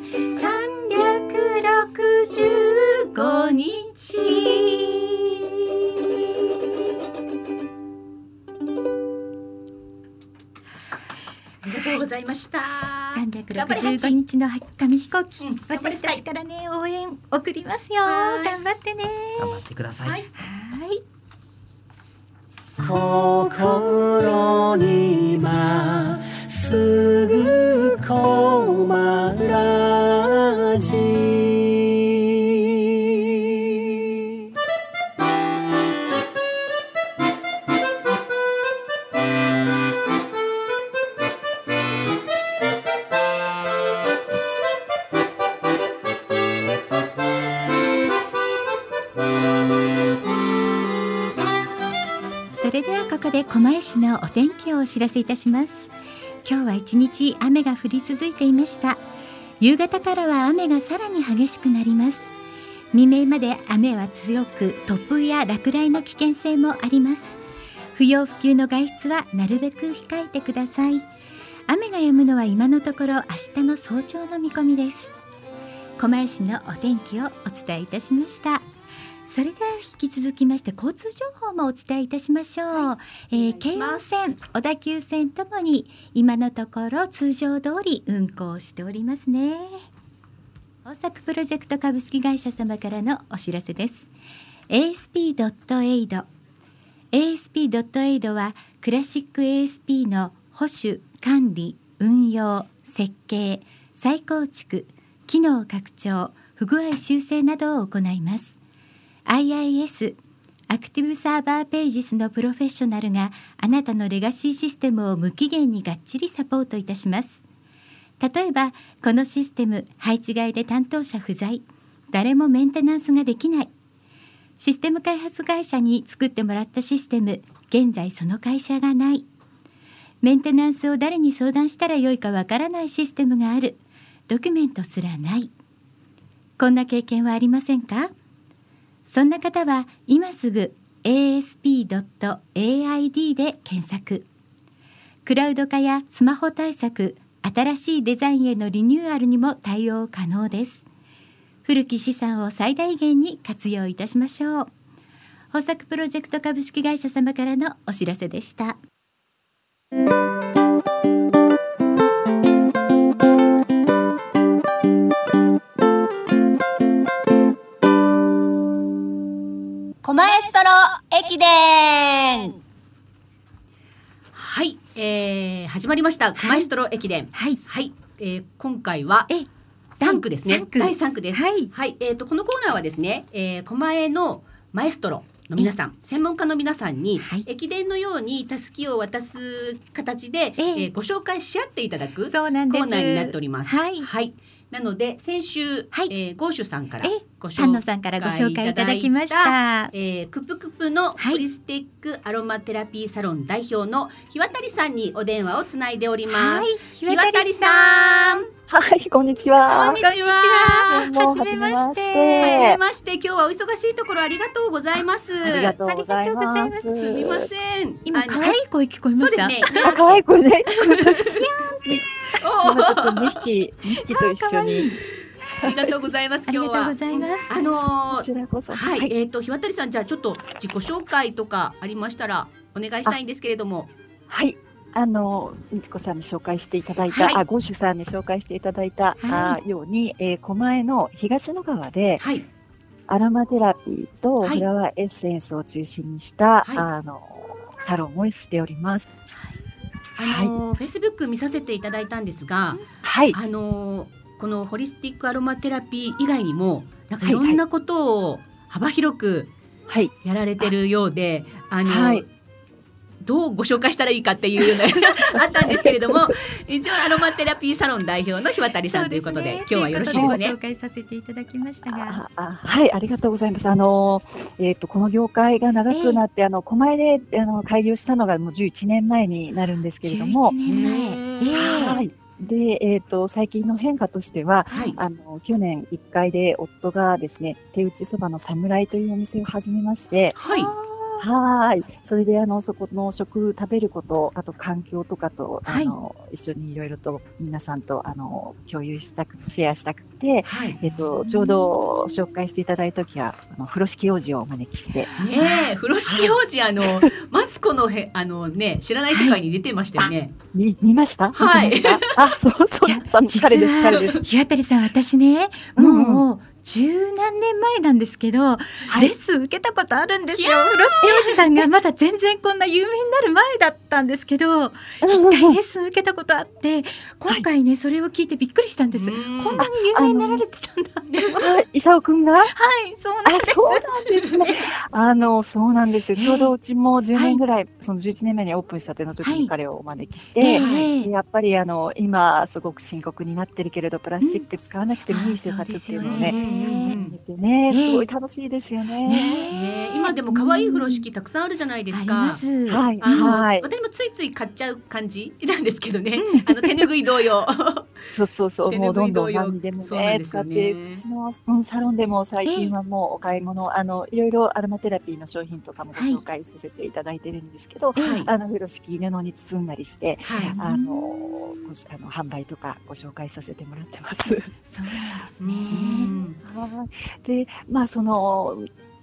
365日。 ありがとうございました。 365日の紙飛行機、私たちからね応援送りますよ。頑張ってね。 頑張ってください。はい。 心にまっすぐコマラジ。 それではここで狛江市のお天気をお知らせいたします。今日は一日雨が降り続いていました。夕方からは雨がさらに激しくなります。未明まで雨は強く、突風や落雷の危険性もあります。不要不急の外出はなるべく控えてください。雨が止むのは今のところ明日の早朝の見込みです。狛江市のお天気をお伝えいたしました。それでは引き続きまして交通情報もお京いたしましょう。京王線、小田急線ともに今のところ通常通り運行しておりますね。大作プロジェクト株式会社様からのお知らせです。 ASP.AID はクラシック ASP の保守、管理、運用、設計、再構築、機能拡張、不具合修正などを行います。IIS アクティブサーバーページスのプロフェッショナルがあなたのレガシーシステムを無期限にがっちりサポートいたします。例えばこのシステム配置外で担当者不在、誰もメンテナンスができない、システム開発会社に作ってもらったシステム現在その会社がない、メンテナンスを誰に相談したらよいかわからないシステムがある、ドキュメントすらない、こんな経験はありませんか？そんな方は今すぐ asp.aid で検索。クラウド化やスマホ対策、新しいデザインへのリニューアルにも対応可能です。古き資産を最大限に活用いたしましょう。豊作プロジェクト株式会社様からのお知らせでした。 狛江ストロ駅伝。 はい、始まりました狛江ストロ駅伝。はい、はい、今回は3区ですね。第3区です。はい、はい、このコーナーはですね、狛江のマエストロの皆さん、専門家の皆さんに、駅伝のようにたすきを渡す形で、ご紹介し合っていただくコーナーになっております。はい、はい、なので先週、ゴーシュさんから丹野さんからご紹介いただきました、 クプクプのホリスティックアロマテラピーサロン代表の日渡さんにお電話をつないでおります。日渡さん、 はい、こんにちは。 こんにちは。 はじめまして。 はじめまして。今日はお忙しいところありがとうございます。 ありがとうございます。 すみません。 今可愛い声聞こえました。 そうですね。 可愛い声ね。今ちょっと2匹と一緒に。 ありがとうございます。今日は。 ありがとうございます。 こちらこそ。 はい。日渡さん、じゃあちょっと自己紹介とかありましたらお願いしたいんですけれども。 はい。みちこさんに紹介していただいた、ゴーシュさんに紹介していただいた、ように、狛江の東野川で、アロマテラピーとフラワーエッセンスを中心にした、サロンをしております。 Facebook 見させていただいたんですが、このホリスティックアロマテラピー以外にもなんかいろんなことを幅広くやられてるようで、どうご紹介したらいいかっていうのがあったんですけれども、一応アロマテラピーサロン代表の日渡さんということで、今日はよろしいですね。 ご紹介させていただきましたが、 はい、ありがとうございます。この業界が長くなって、狛江で開業したのがもう11年前になるんですけれども、はい。で、最近の変化としては、去年1階で夫がですね、手打ちそばの侍というお店を始めまして、それでそこの食べること、あと環境とかと一緒にいろいろと皆さんと共有したくシェアしたくて、ちょうど紹介していただいた時は風呂敷王子をお招きして、 風呂敷王子マツ子の知らない世界に出てましたよね。 見ました？ はい。 彼です。 日渡さん、私ね、もう十何年前なんですけど、レッスン受けたことあるんですよ。風呂敷おじさんがまだ全然こんな有名になる前だったんですけど、一回レッスン受けたことあって、今回ね、それを聞いてびっくりしたんです。こんなに有名になられてたんだって。 伊沢くんが？ はい、そうなんです。 そうなんですね。そうなんですよ。ちょうどうちも10年ぐらい、その11年目にオープンしたての時に彼をお招きして、やっぱり今すごく深刻になってるけれど、プラスチック使わなくてもいい生活っていうのをね、始めてね、すごい楽しいですよね。 今でも可愛い風呂敷たくさんあるじゃないですか。 はい、 私もついつい買っちゃう感じなんですけどね。手ぬぐい同様。 そう、もうどんどん何にでもね使って、うちのサロンでも最近はもうお買い物、いろいろアロマテラピーの商品とかもご紹介させていただいてるんですけど、風呂敷布に包んだりして、販売とかご紹介させてもらってます。 そうなんですね。 で、その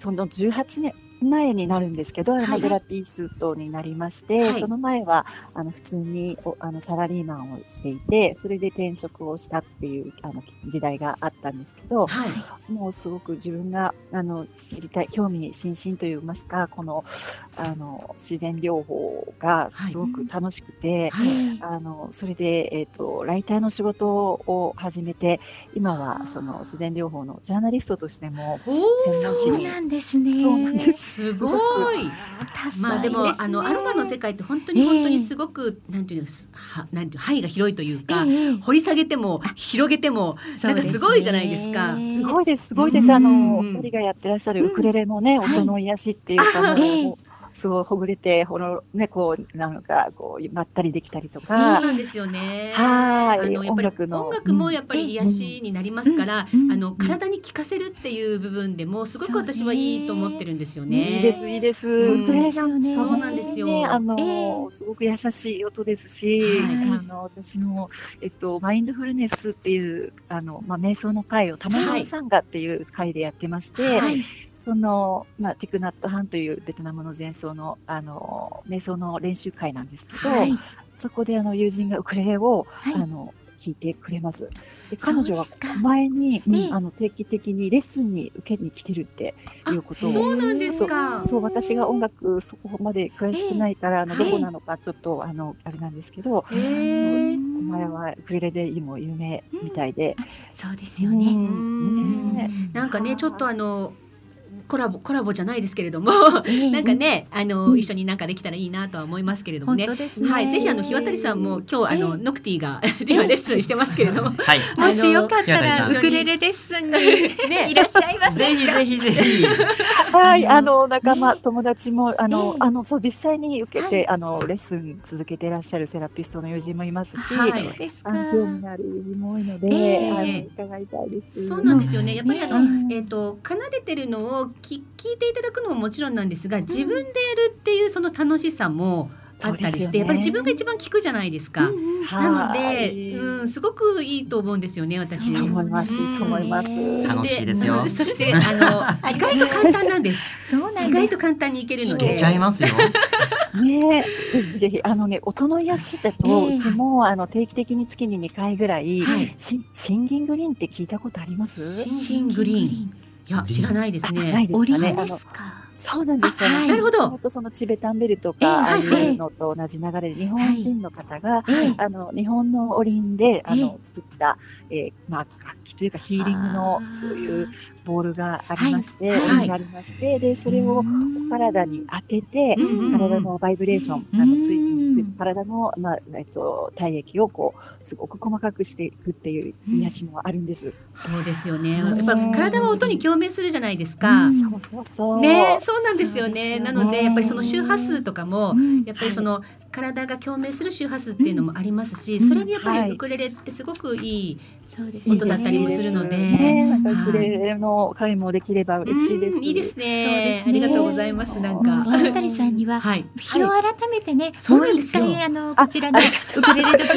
18年前になるんですけど、アロマテラピーストになりまして、その前は普通にサラリーマンをしていて、それで転職をしたっていう時代があったんですけど、もうすごく自分が知りたい、興味津々といいますか、この自然療法がすごく楽しくて、それでライターの仕事を始めて、今はその自然療法のジャーナリストとしても専門誌に。 そうなんですね。 そうなんです。 すごい。でもアロマの世界って本当にすごくなんていう範囲が広いというか、掘り下げても広げてもなんかすごいじゃないですか。 すごいです。お二人がやってらっしゃるウクレレもね、音の癒しっていうか、すごいほぐれて、こうなんかこうまったりできたりとか。 そうなんですよね。 やっぱり音楽もやっぱり癒しになりますから、体に効かせるっていう部分でもすごく私はいいと思ってるんですよね。 いいです。ウクレレがそうなんですよ。 すごく優しい音ですし、私のマインドフルネスっていう瞑想の会をタマナサンガっていう会でやってまして。そのティクナットハンというベトナムの前奏の瞑想の練習会なんですけど、そこで友人がウクレレを弾いてくれます。で、彼女は前に定期的にレッスンに受けに来てるっていうことを。 そうなんですか。 そう、私が音楽そこまで詳しくないからどこなのかちょっとあれなんですけど、前はウクレレでも有名みたいで。 そうですよね。 なんかね、ちょっとコラボじゃないですけれども、なんかね一緒になんかできたらいいなとは思いますけれどもね。はい、ぜひ日渡さんも今日ノクティが今レッスンしてますけれども、 もしよかったらウクレレレッスンにいらっしゃいませんか。 ぜひ。 はい、仲間友達もそう実際に受けてレッスン続けていらっしゃるセラピストの友人もいますし、興味のある友人も多いので伺いたいです。 そうなんですよね。やっぱり奏でてるのを聞いていただくのももちろんなんですが、自分でやるっていうその楽しさもあったりして、やっぱり自分が一番聞くじゃないですか。なので、すごくいいと思うんですよね、私。 そう思います。 楽しいですよ。 そして意外と簡単なんです。意外と簡単にいけるので。 いけちゃいますよ。 ね、ぜひ音の癒しだと、うちも定期的に月に2回ぐらいシンギングリーンって聞いたことあります？ シングリーン。いや、知らないですね。 ないですかね。 そうなんですよね。 なるほど。 そのチベタンベルとかああいうのと同じ流れで、日本人の方が日本のお林で作った楽器というかヒーリングのそういうボールがありまして、お林がありまして、でそれをお体に当てて、体のバイブレーション、体の体液をこうすごく細かくしていくっていう癒しもあるんです。 そうですよね。やっぱ体は音に共鳴するじゃないですか。 そう。 ね、そうなんですよね。なのでやっぱりその周波数とかもやっぱりその体が共鳴する周波数っていうのもありますし、それにやっぱりウクレレってすごくいい音だったりもするので、 ウクレレの会もできれば嬉しいです。 いいですね。ありがとうございます。なんか日渡さんには日を改めてね、もう一回こちらのウクレレ時にゲス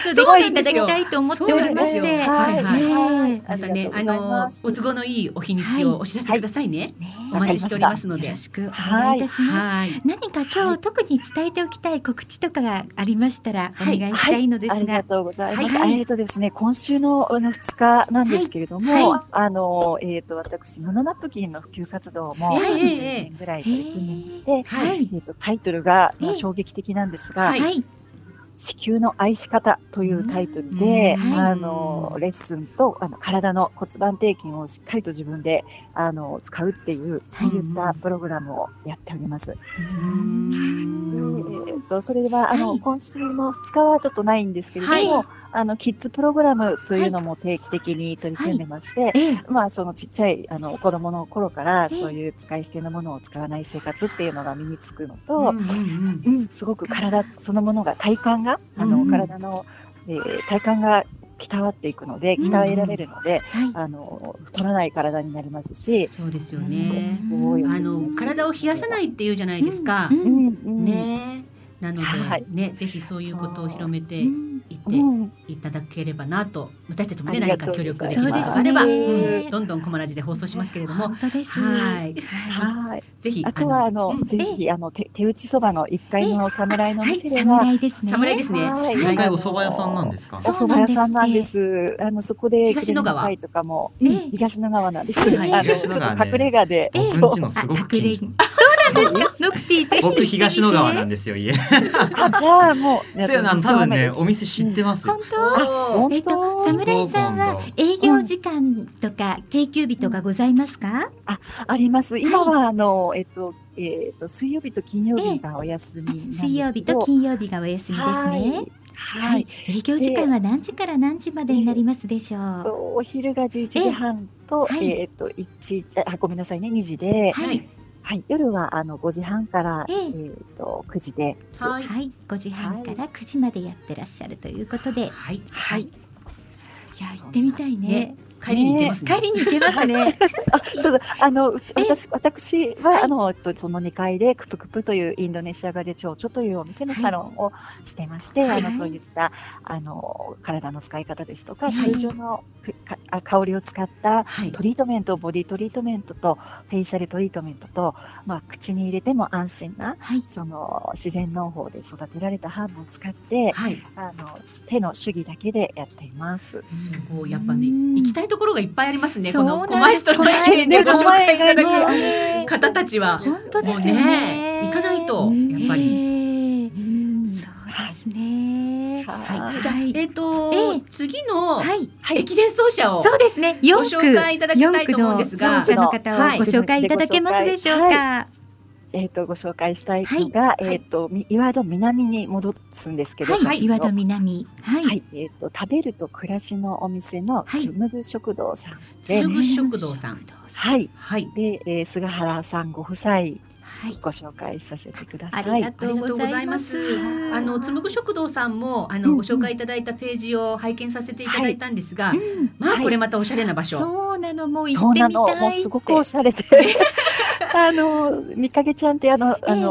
トで来ていただきたいと思っておりまして、 またねお都合のいいお日にちをお知らせくださいね。お待ちしておりますのでよろしくお願いいたします。何か今日特に伝えておきたい告知とかがありましたらお願いしたいのですが。 ありがとうございます。ですね、今週の2日なんですけれども、私モノナプキンの普及活動も10年ぐらい取り組んでまして、タイトルが衝撃的なんですが、子宮の愛し方というタイトルで、レッスンと体の骨盤底筋をしっかりと自分で使うっていうそういったプログラムをやっております。それでは今週の2日はちょっとないんですけれども、キッズプログラムというのも定期的に取り組んでまして、そのちっちゃい子供の頃からそういう使い捨てのものを使わない生活っていうのが身につくのと、すごく体そのものが体幹が体の体幹が鍛わっていくので、鍛えられるので、太らない体になりますし、 そうですよね。体を冷やさないっていうじゃないですか。ね。なのでね、ぜひそういうことを広めていっていただければなと、私たちもね何か協力できることがあれば、どんどんコマラジで放送しますけれども、 本当です。 ぜひあとはぜひ手打ちそばの1階の侍の店では、 侍ですね。 1階お蕎麦屋さんなんですか？ お蕎麦屋さんなんです。そこで東野川とかも東野川なんです。ちょっと隠れ家で、 僕んちのすごく近所。僕東野川なんですよ家。じゃあもう多分ねお店知ってます。 本当？侍さんは営業時間とか定休日とかございますか？ あります。今は水曜日と金曜日がお休みなんですけど、 水曜日と金曜日がお休みですね。はい。営業時間は何時から何時までになりますでしょう？ お昼が11時半とごめんなさいね2時で。夜は5時半から9時で、 5時半から9時までやってらっしゃるということで、いや行ってみたいね。 帰りに行けますね。 そうだ、私はその2階でクプクプというインドネシア語で蝶々というお店のサロンをしてまして、そういった体の使い方ですとか、通常の香りを使ったトリートメント、ボディトリートメントとフェイシャルトリートメントと、口に入れても安心な、その自然農法で育てられたハーブを使って、手の手技だけでやっています。 すごい、やっぱね、行きたいところがいっぱいありますね。このコマエストの駅でご紹介いただく方たちは本当ですね、行かないとやっぱり。 そうですね。 じゃあ次の駅伝走者をそうですね、 ご紹介いただきたいと思うんですが、 走者の方をご紹介いただけますでしょうか？ ご紹介したいのが、岩戸南に戻すんですけど、 岩戸南、 食べると暮らしのお店のつむぐ食堂さんで、つむぐ食堂さん、 で菅原さんご夫妻ご紹介させてください。 ありがとうございます。つむぐ食堂さんもご紹介いただいたページを拝見させていただいたんですが、これまたおしゃれな場所。 そうなの、もう行ってみたい。 もうすごくおしゃれで。みかげちゃんって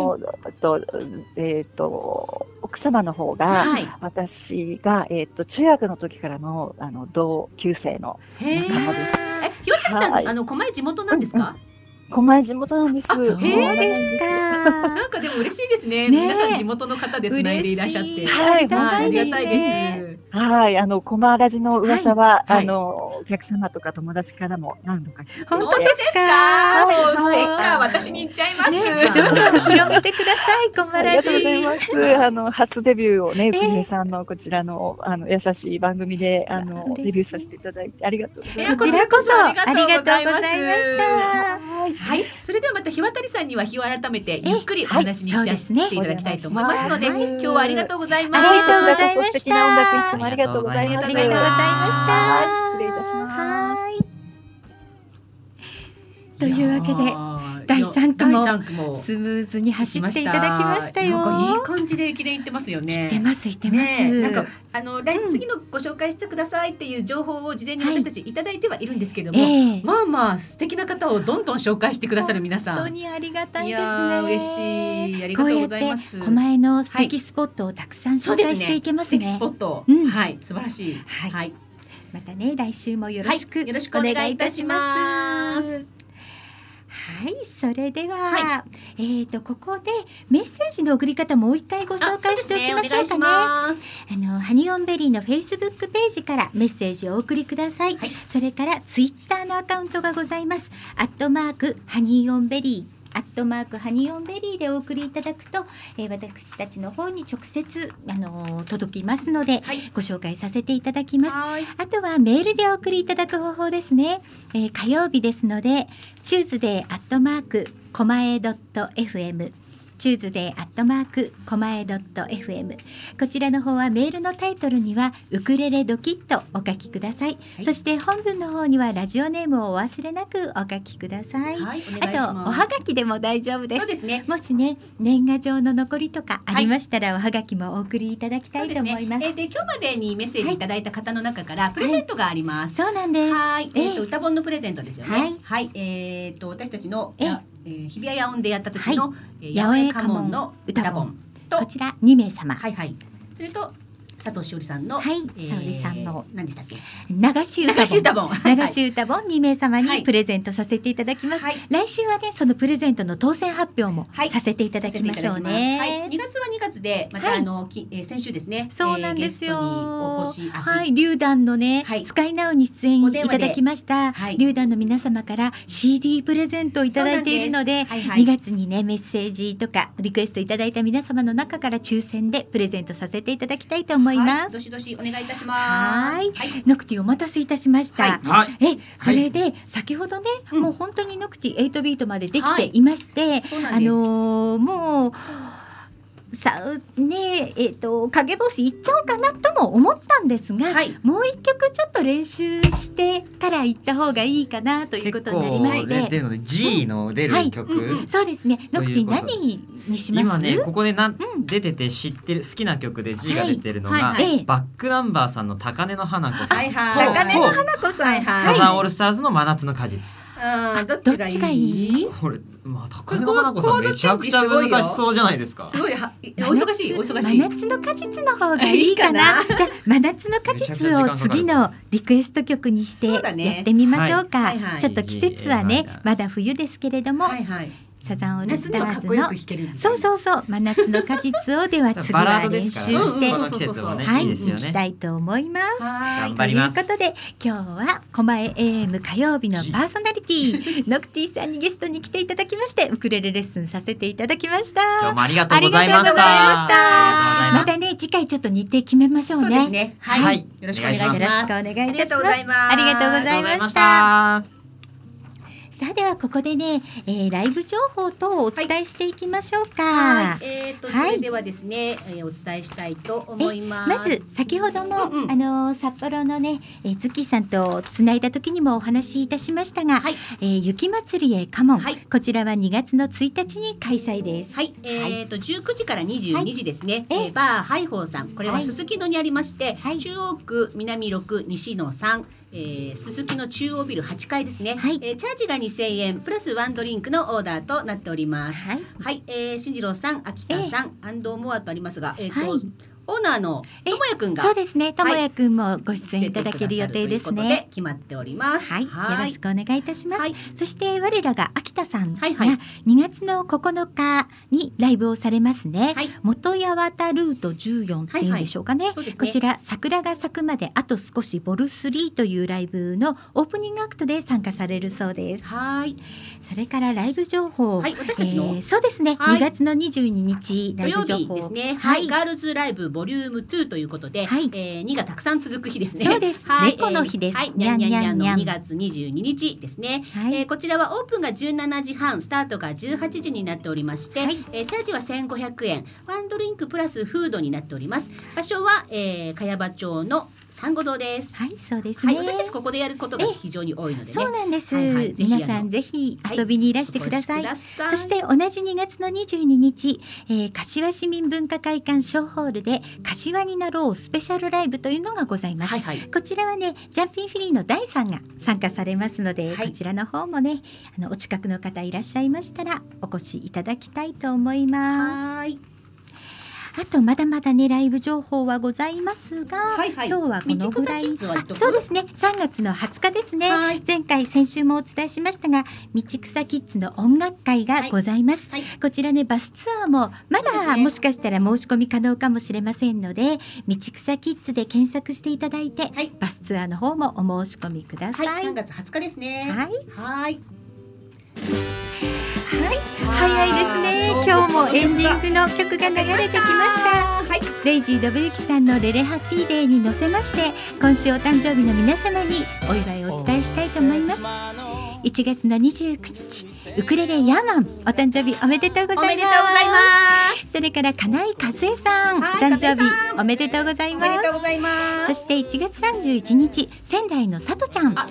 奥様の方が、私が中学の時からの同級生の仲間です。 ひわたさん、狛江地元なんですか？ 狛江地元なんです。 そうですか。 なんかでも嬉しいですね。皆さん地元の方でつないでいらっしゃって、ありがたいです。 コマラジの噂はお客様とか友達からも何度か聞いて。 本当ですか？もうステッカー私に行っちゃいます。 どうぞ広めてください、コマラジ。 ありがとうございます。初デビューをね、くみさんのこちらの優しい番組でデビューさせていただいてありがとうございます。 こちらこそありがとうございました。 それではまた日渡さんには日を改めてゆっくりお話に来ていただきたいと思いますので、今日はありがとうございます。 ありがとうございました。 素敵な音楽いつもありがとうございます。 ありがとうございました。 失礼いたします。 というわけで、 第3区もスムーズに走っていただきましたよ。 なんかいい感じで駅伝行ってますよね。 行ってます。 なんか次のご紹介してくださいっていう情報を事前に私たちいただいてはいるんですけども、まあ素敵な方をどんどん紹介してくださる皆さん、 本当にありがたいですね。 嬉しい、ありがとうございます。 狛江の素敵スポットをたくさん紹介していけますね。 素敵スポット、はい、素晴らしい。はい、 またね、来週もよろしくお願いいたします。はい、それでは、ここでメッセージの送り方もう一回ご紹介しておきましょうかね。ハニオンベリーのフェイスブックページからメッセージをお送りください。それからツイッターのアカウントがございます。@ハニオンベリーハニオンベリーでお送りいただくと、私たちの方に直接届きますので、ご紹介させていただきます。あとはメールでお送りいただく方法ですね。火曜日ですのでTuesday@ コマエ .fm Tuesday@ コマエ .fm こちらの方はメールのタイトルにはウクレレドキッとお書きください。そして本文の方にはラジオネームをお忘れなくお書きください。あとおはがきでも大丈夫です。 そうですね。 もしね、年賀状の残りとかありましたら、おはがきもお送りいただきたいと思います。 で今日までにメッセージいただいた方の中からプレゼントがあります。 そうなんです。 歌本のプレゼントですよね。私たちの日比谷野音でやった時の八百屋家紋の歌本と、 こちら2名様。 それと佐藤しおりさんの、 沙織さんの何でしたっけ、 流し歌本2名様にプレゼントさせていただきます。来週はね、そのプレゼントの当選発表もさせていただきましょうね。 2月は2月でまた先週ですね、 そうなんですよ。 リリュウダンのね、スカイナウに出演いただきましたリュウダンの皆様から CD プレゼントをいただいているので、2月にねメッセージとかリクエストいただいた皆様の中から抽選でプレゼントさせていただきたいと思います。 どしどしお願いいたします。 ノクティお待たせいたしました。それで先ほどね、もう本当にノクティ8ビートまでできていまして、もう影星いっちゃおうかなとも思ったんですが、もう一曲ちょっと練習してから行った方がいいかなということになりまして、 結構出るので G の出る曲、 そうですね。ノクティ何にします？ 今ねここで出てて知ってる好きな曲で G が出てるのが、バックナンバーさんの高根の花子さん、 高根の花子さん、 サザンオールスターズの真夏の果実。 どっちがいい？ これ高根の花子さんめちゃくちゃ難しそうじゃないですか。 すごいお忙しい。 真夏の果実の方がいいかな。じゃあ真夏の果実を次のリクエスト曲にしてやってみましょうか。ちょっと季節はねまだ冬ですけれども、サザンオールスターズのそう真夏の果実をでは次は練習していきたいと思います。 頑張ります。 ということで今日は狛江 AM 火曜日のパーソナリティノクティさんにゲストに来ていただきまして、ウクレレレッスンさせていただきました。 今日もありがとうございました。 またね次回ちょっと日程決めましょうね。 そうですね。はい。よろしくお願いします。 よろしくお願いいたします。 ありがとうございます。 ありがとうございました。さあではここでね、ライブ情報等をお伝えしていきましょうか。 それではですね、お伝えしたいと思います。 まず先ほども、札幌のね、月さんとつないだ時にもお話しいたしましたが、雪まつりへカモン、こちらは2月の1日に開催です。 19時から22時ですね。バーハイホーさん、これはすすきのにありまして、中央区南6西野3。すすきの中央ビル8階ですね。チャージが2000円プラスワンドリンクのオーダーとなっております。進次郎さん、秋田さん、アンドモアとありますが、オーナーのともやくんが、 そうですね、ともやくんもご出演いただける予定ですね。 決まっております。 よろしくお願いいたします。そして我らが秋田さんが2月の9日にライブをされますね。元八幡ルート14っていうんでしょうかね。こちら桜が咲くまであと少しボル3というライブのオープニングアクトで参加されるそうです。それからライブ情報、 私たちのそうですね、2月の22日ライブ情報ですね。ガールズライブボリューム2ということで、2がたくさん続く日ですね。 そうです。猫の日です。 にゃんにゃんにゃんの2月22日ですね。こちらはオープンが17時半、スタートが18時になっておりまして、チャージは1500円、ワンドリンクプラスフードになっております。場所は茅場町の珊瑚堂です。 はい、そうですね。 私たちここでやることが非常に多いのでね。 そうなんです。皆さんぜひ遊びにいらしてください。そして同じ2月の22日、柏市民文化会館小ホールで柏になろうスペシャルライブというのがございます。こちらはね、ジャンピンフリーの第3が参加されますので、こちらの方もね、お近くの方いらっしゃいましたらお越しいただきたいと思います。あとまだまだねライブ情報はございますが、今日はこのぐらい。そうですね、3月の20日ですね。前回先週もお伝えしましたが、道草キッズの音楽会がございます。こちらね、バスツアーもまだもしかしたら申し込み可能かもしれませんので、道草キッズで検索していただいて、バスツアーの方もお申し込みください。 3月20日ですね。 早いですね。今日もエンディングの曲が流れてきました。レイジー・信之さんのレレハッピーデーに乗せまして、今週お誕生日の皆様にお祝いをお伝えしたいと思います。1月の29日、ウクレレヤーマン、お誕生日おめでとうございます。それから金井和恵さん、お誕生日おめでとうございます。そして1月31日、仙台のさとちゃん、はい、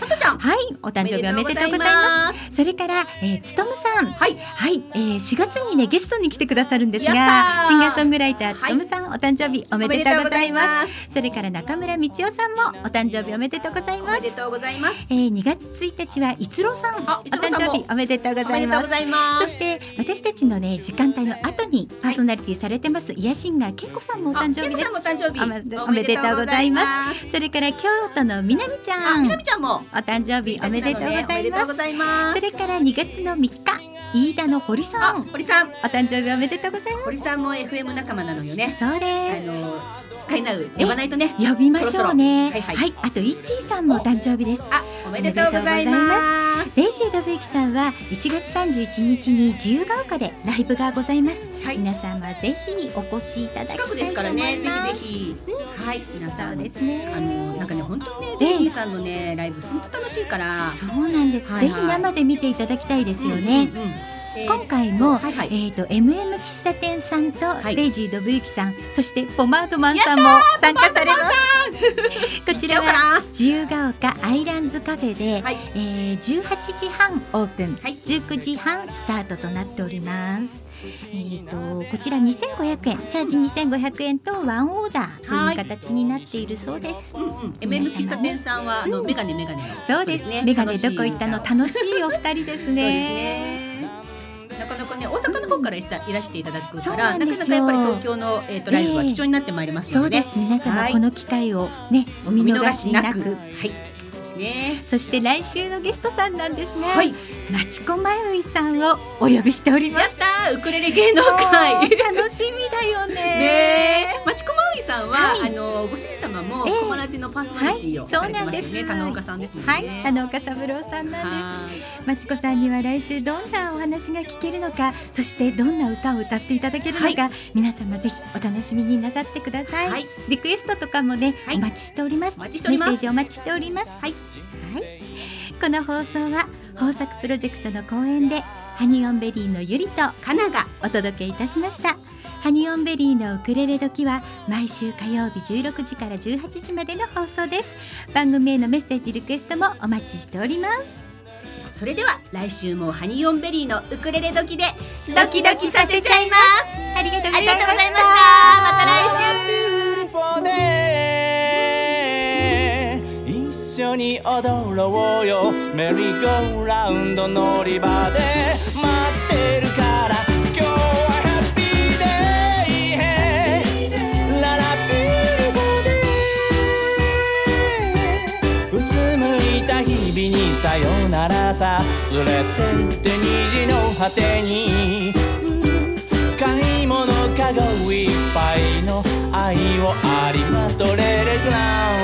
お誕生日おめでとうございます。それからつとむさん、4月にねゲストに来てくださるんですが、シンガーソングライターつとむさん、お誕生日おめでとうございます。それから中村道夫さんもお誕生日おめでとうございます。2月1日は逸郎さん、お誕生日おめでとうございます。そして私たちのね時間帯の後にパーソナリティされてますイヤシンガーけいこさんもお誕生日です。おめでとうございます。それから京都のみなみちゃんもお誕生日おめでとうございます。それから2月の3日、飯田の堀さん、お誕生日おめでとうございます。 堀さんも FM 仲間なのよね。 そうです。 スカイナウ呼ばないとね。 呼びましょうね。はい、あとイッチーさんもお誕生日です。 おめでとうございます。 レイジー・信之さんは1月31日に自由が丘でライブがございます。皆さんはぜひお越しいただきたいと思います。近くですからね、ぜひ皆さんですね。なんかね、本当にね、レイジーさんのねライブ本当楽しいから。そうなんです。ぜひ生で見ていただきたいですよね。今回も、MM 喫茶店さんとレイジー・信之さん、そしてポマードマンさんも参加されます。こちらは自由が丘アイランズカフェで、18時半オープン、19時半スタートとなっております。こちら2500円、チャージ2500円とワンオーダーという形になっているそうです。 MM 喫茶店さんはメガネそうですね。メガネどこ行ったの、楽しいお二人ですね。 なかなかね、大阪の方からいらしていただくから、なかなかやっぱり東京のライブは貴重になってまいりますので、 そうです。皆様この機会をね、お見逃しなく。そして来週のゲストさんなんですが、まちこまゆいさんをお呼びしております。 やったー、ウクレレ芸能界楽しみだよね。 まちこまゆいさんは、ご主人様もコマラジのパーソナリティをされてますね。田之岡さんですね。 田之岡三郎さんなんです。まちこさんには来週どんなお話が聞けるのか、そしてどんな歌を歌っていただけるのか、皆様ぜひお楽しみになさってください。リクエストとかもね、お待ちしております。メッセージお待ちしております。この放送は豊作プロジェクトの公演でハニオンベリーのゆりとかながお届けいたしました。ハニオンベリーのウクレレ時は毎週火曜日16時から18時までの放送です。番組へのメッセージリクエストもお待ちしております。 それでは来週もハニオンベリーのウクレレ時でドキドキさせちゃいます。ありがとうございました。また来週。 一緒に踊ろうよ、メリーゴーラウンド乗り場で待ってるから、今日はハッピーデイ、ララビューティフルデイ、うつむいた日々にさよならさ、連れてって虹の果てに、買い物かごいっぱいの愛をありまとれるな。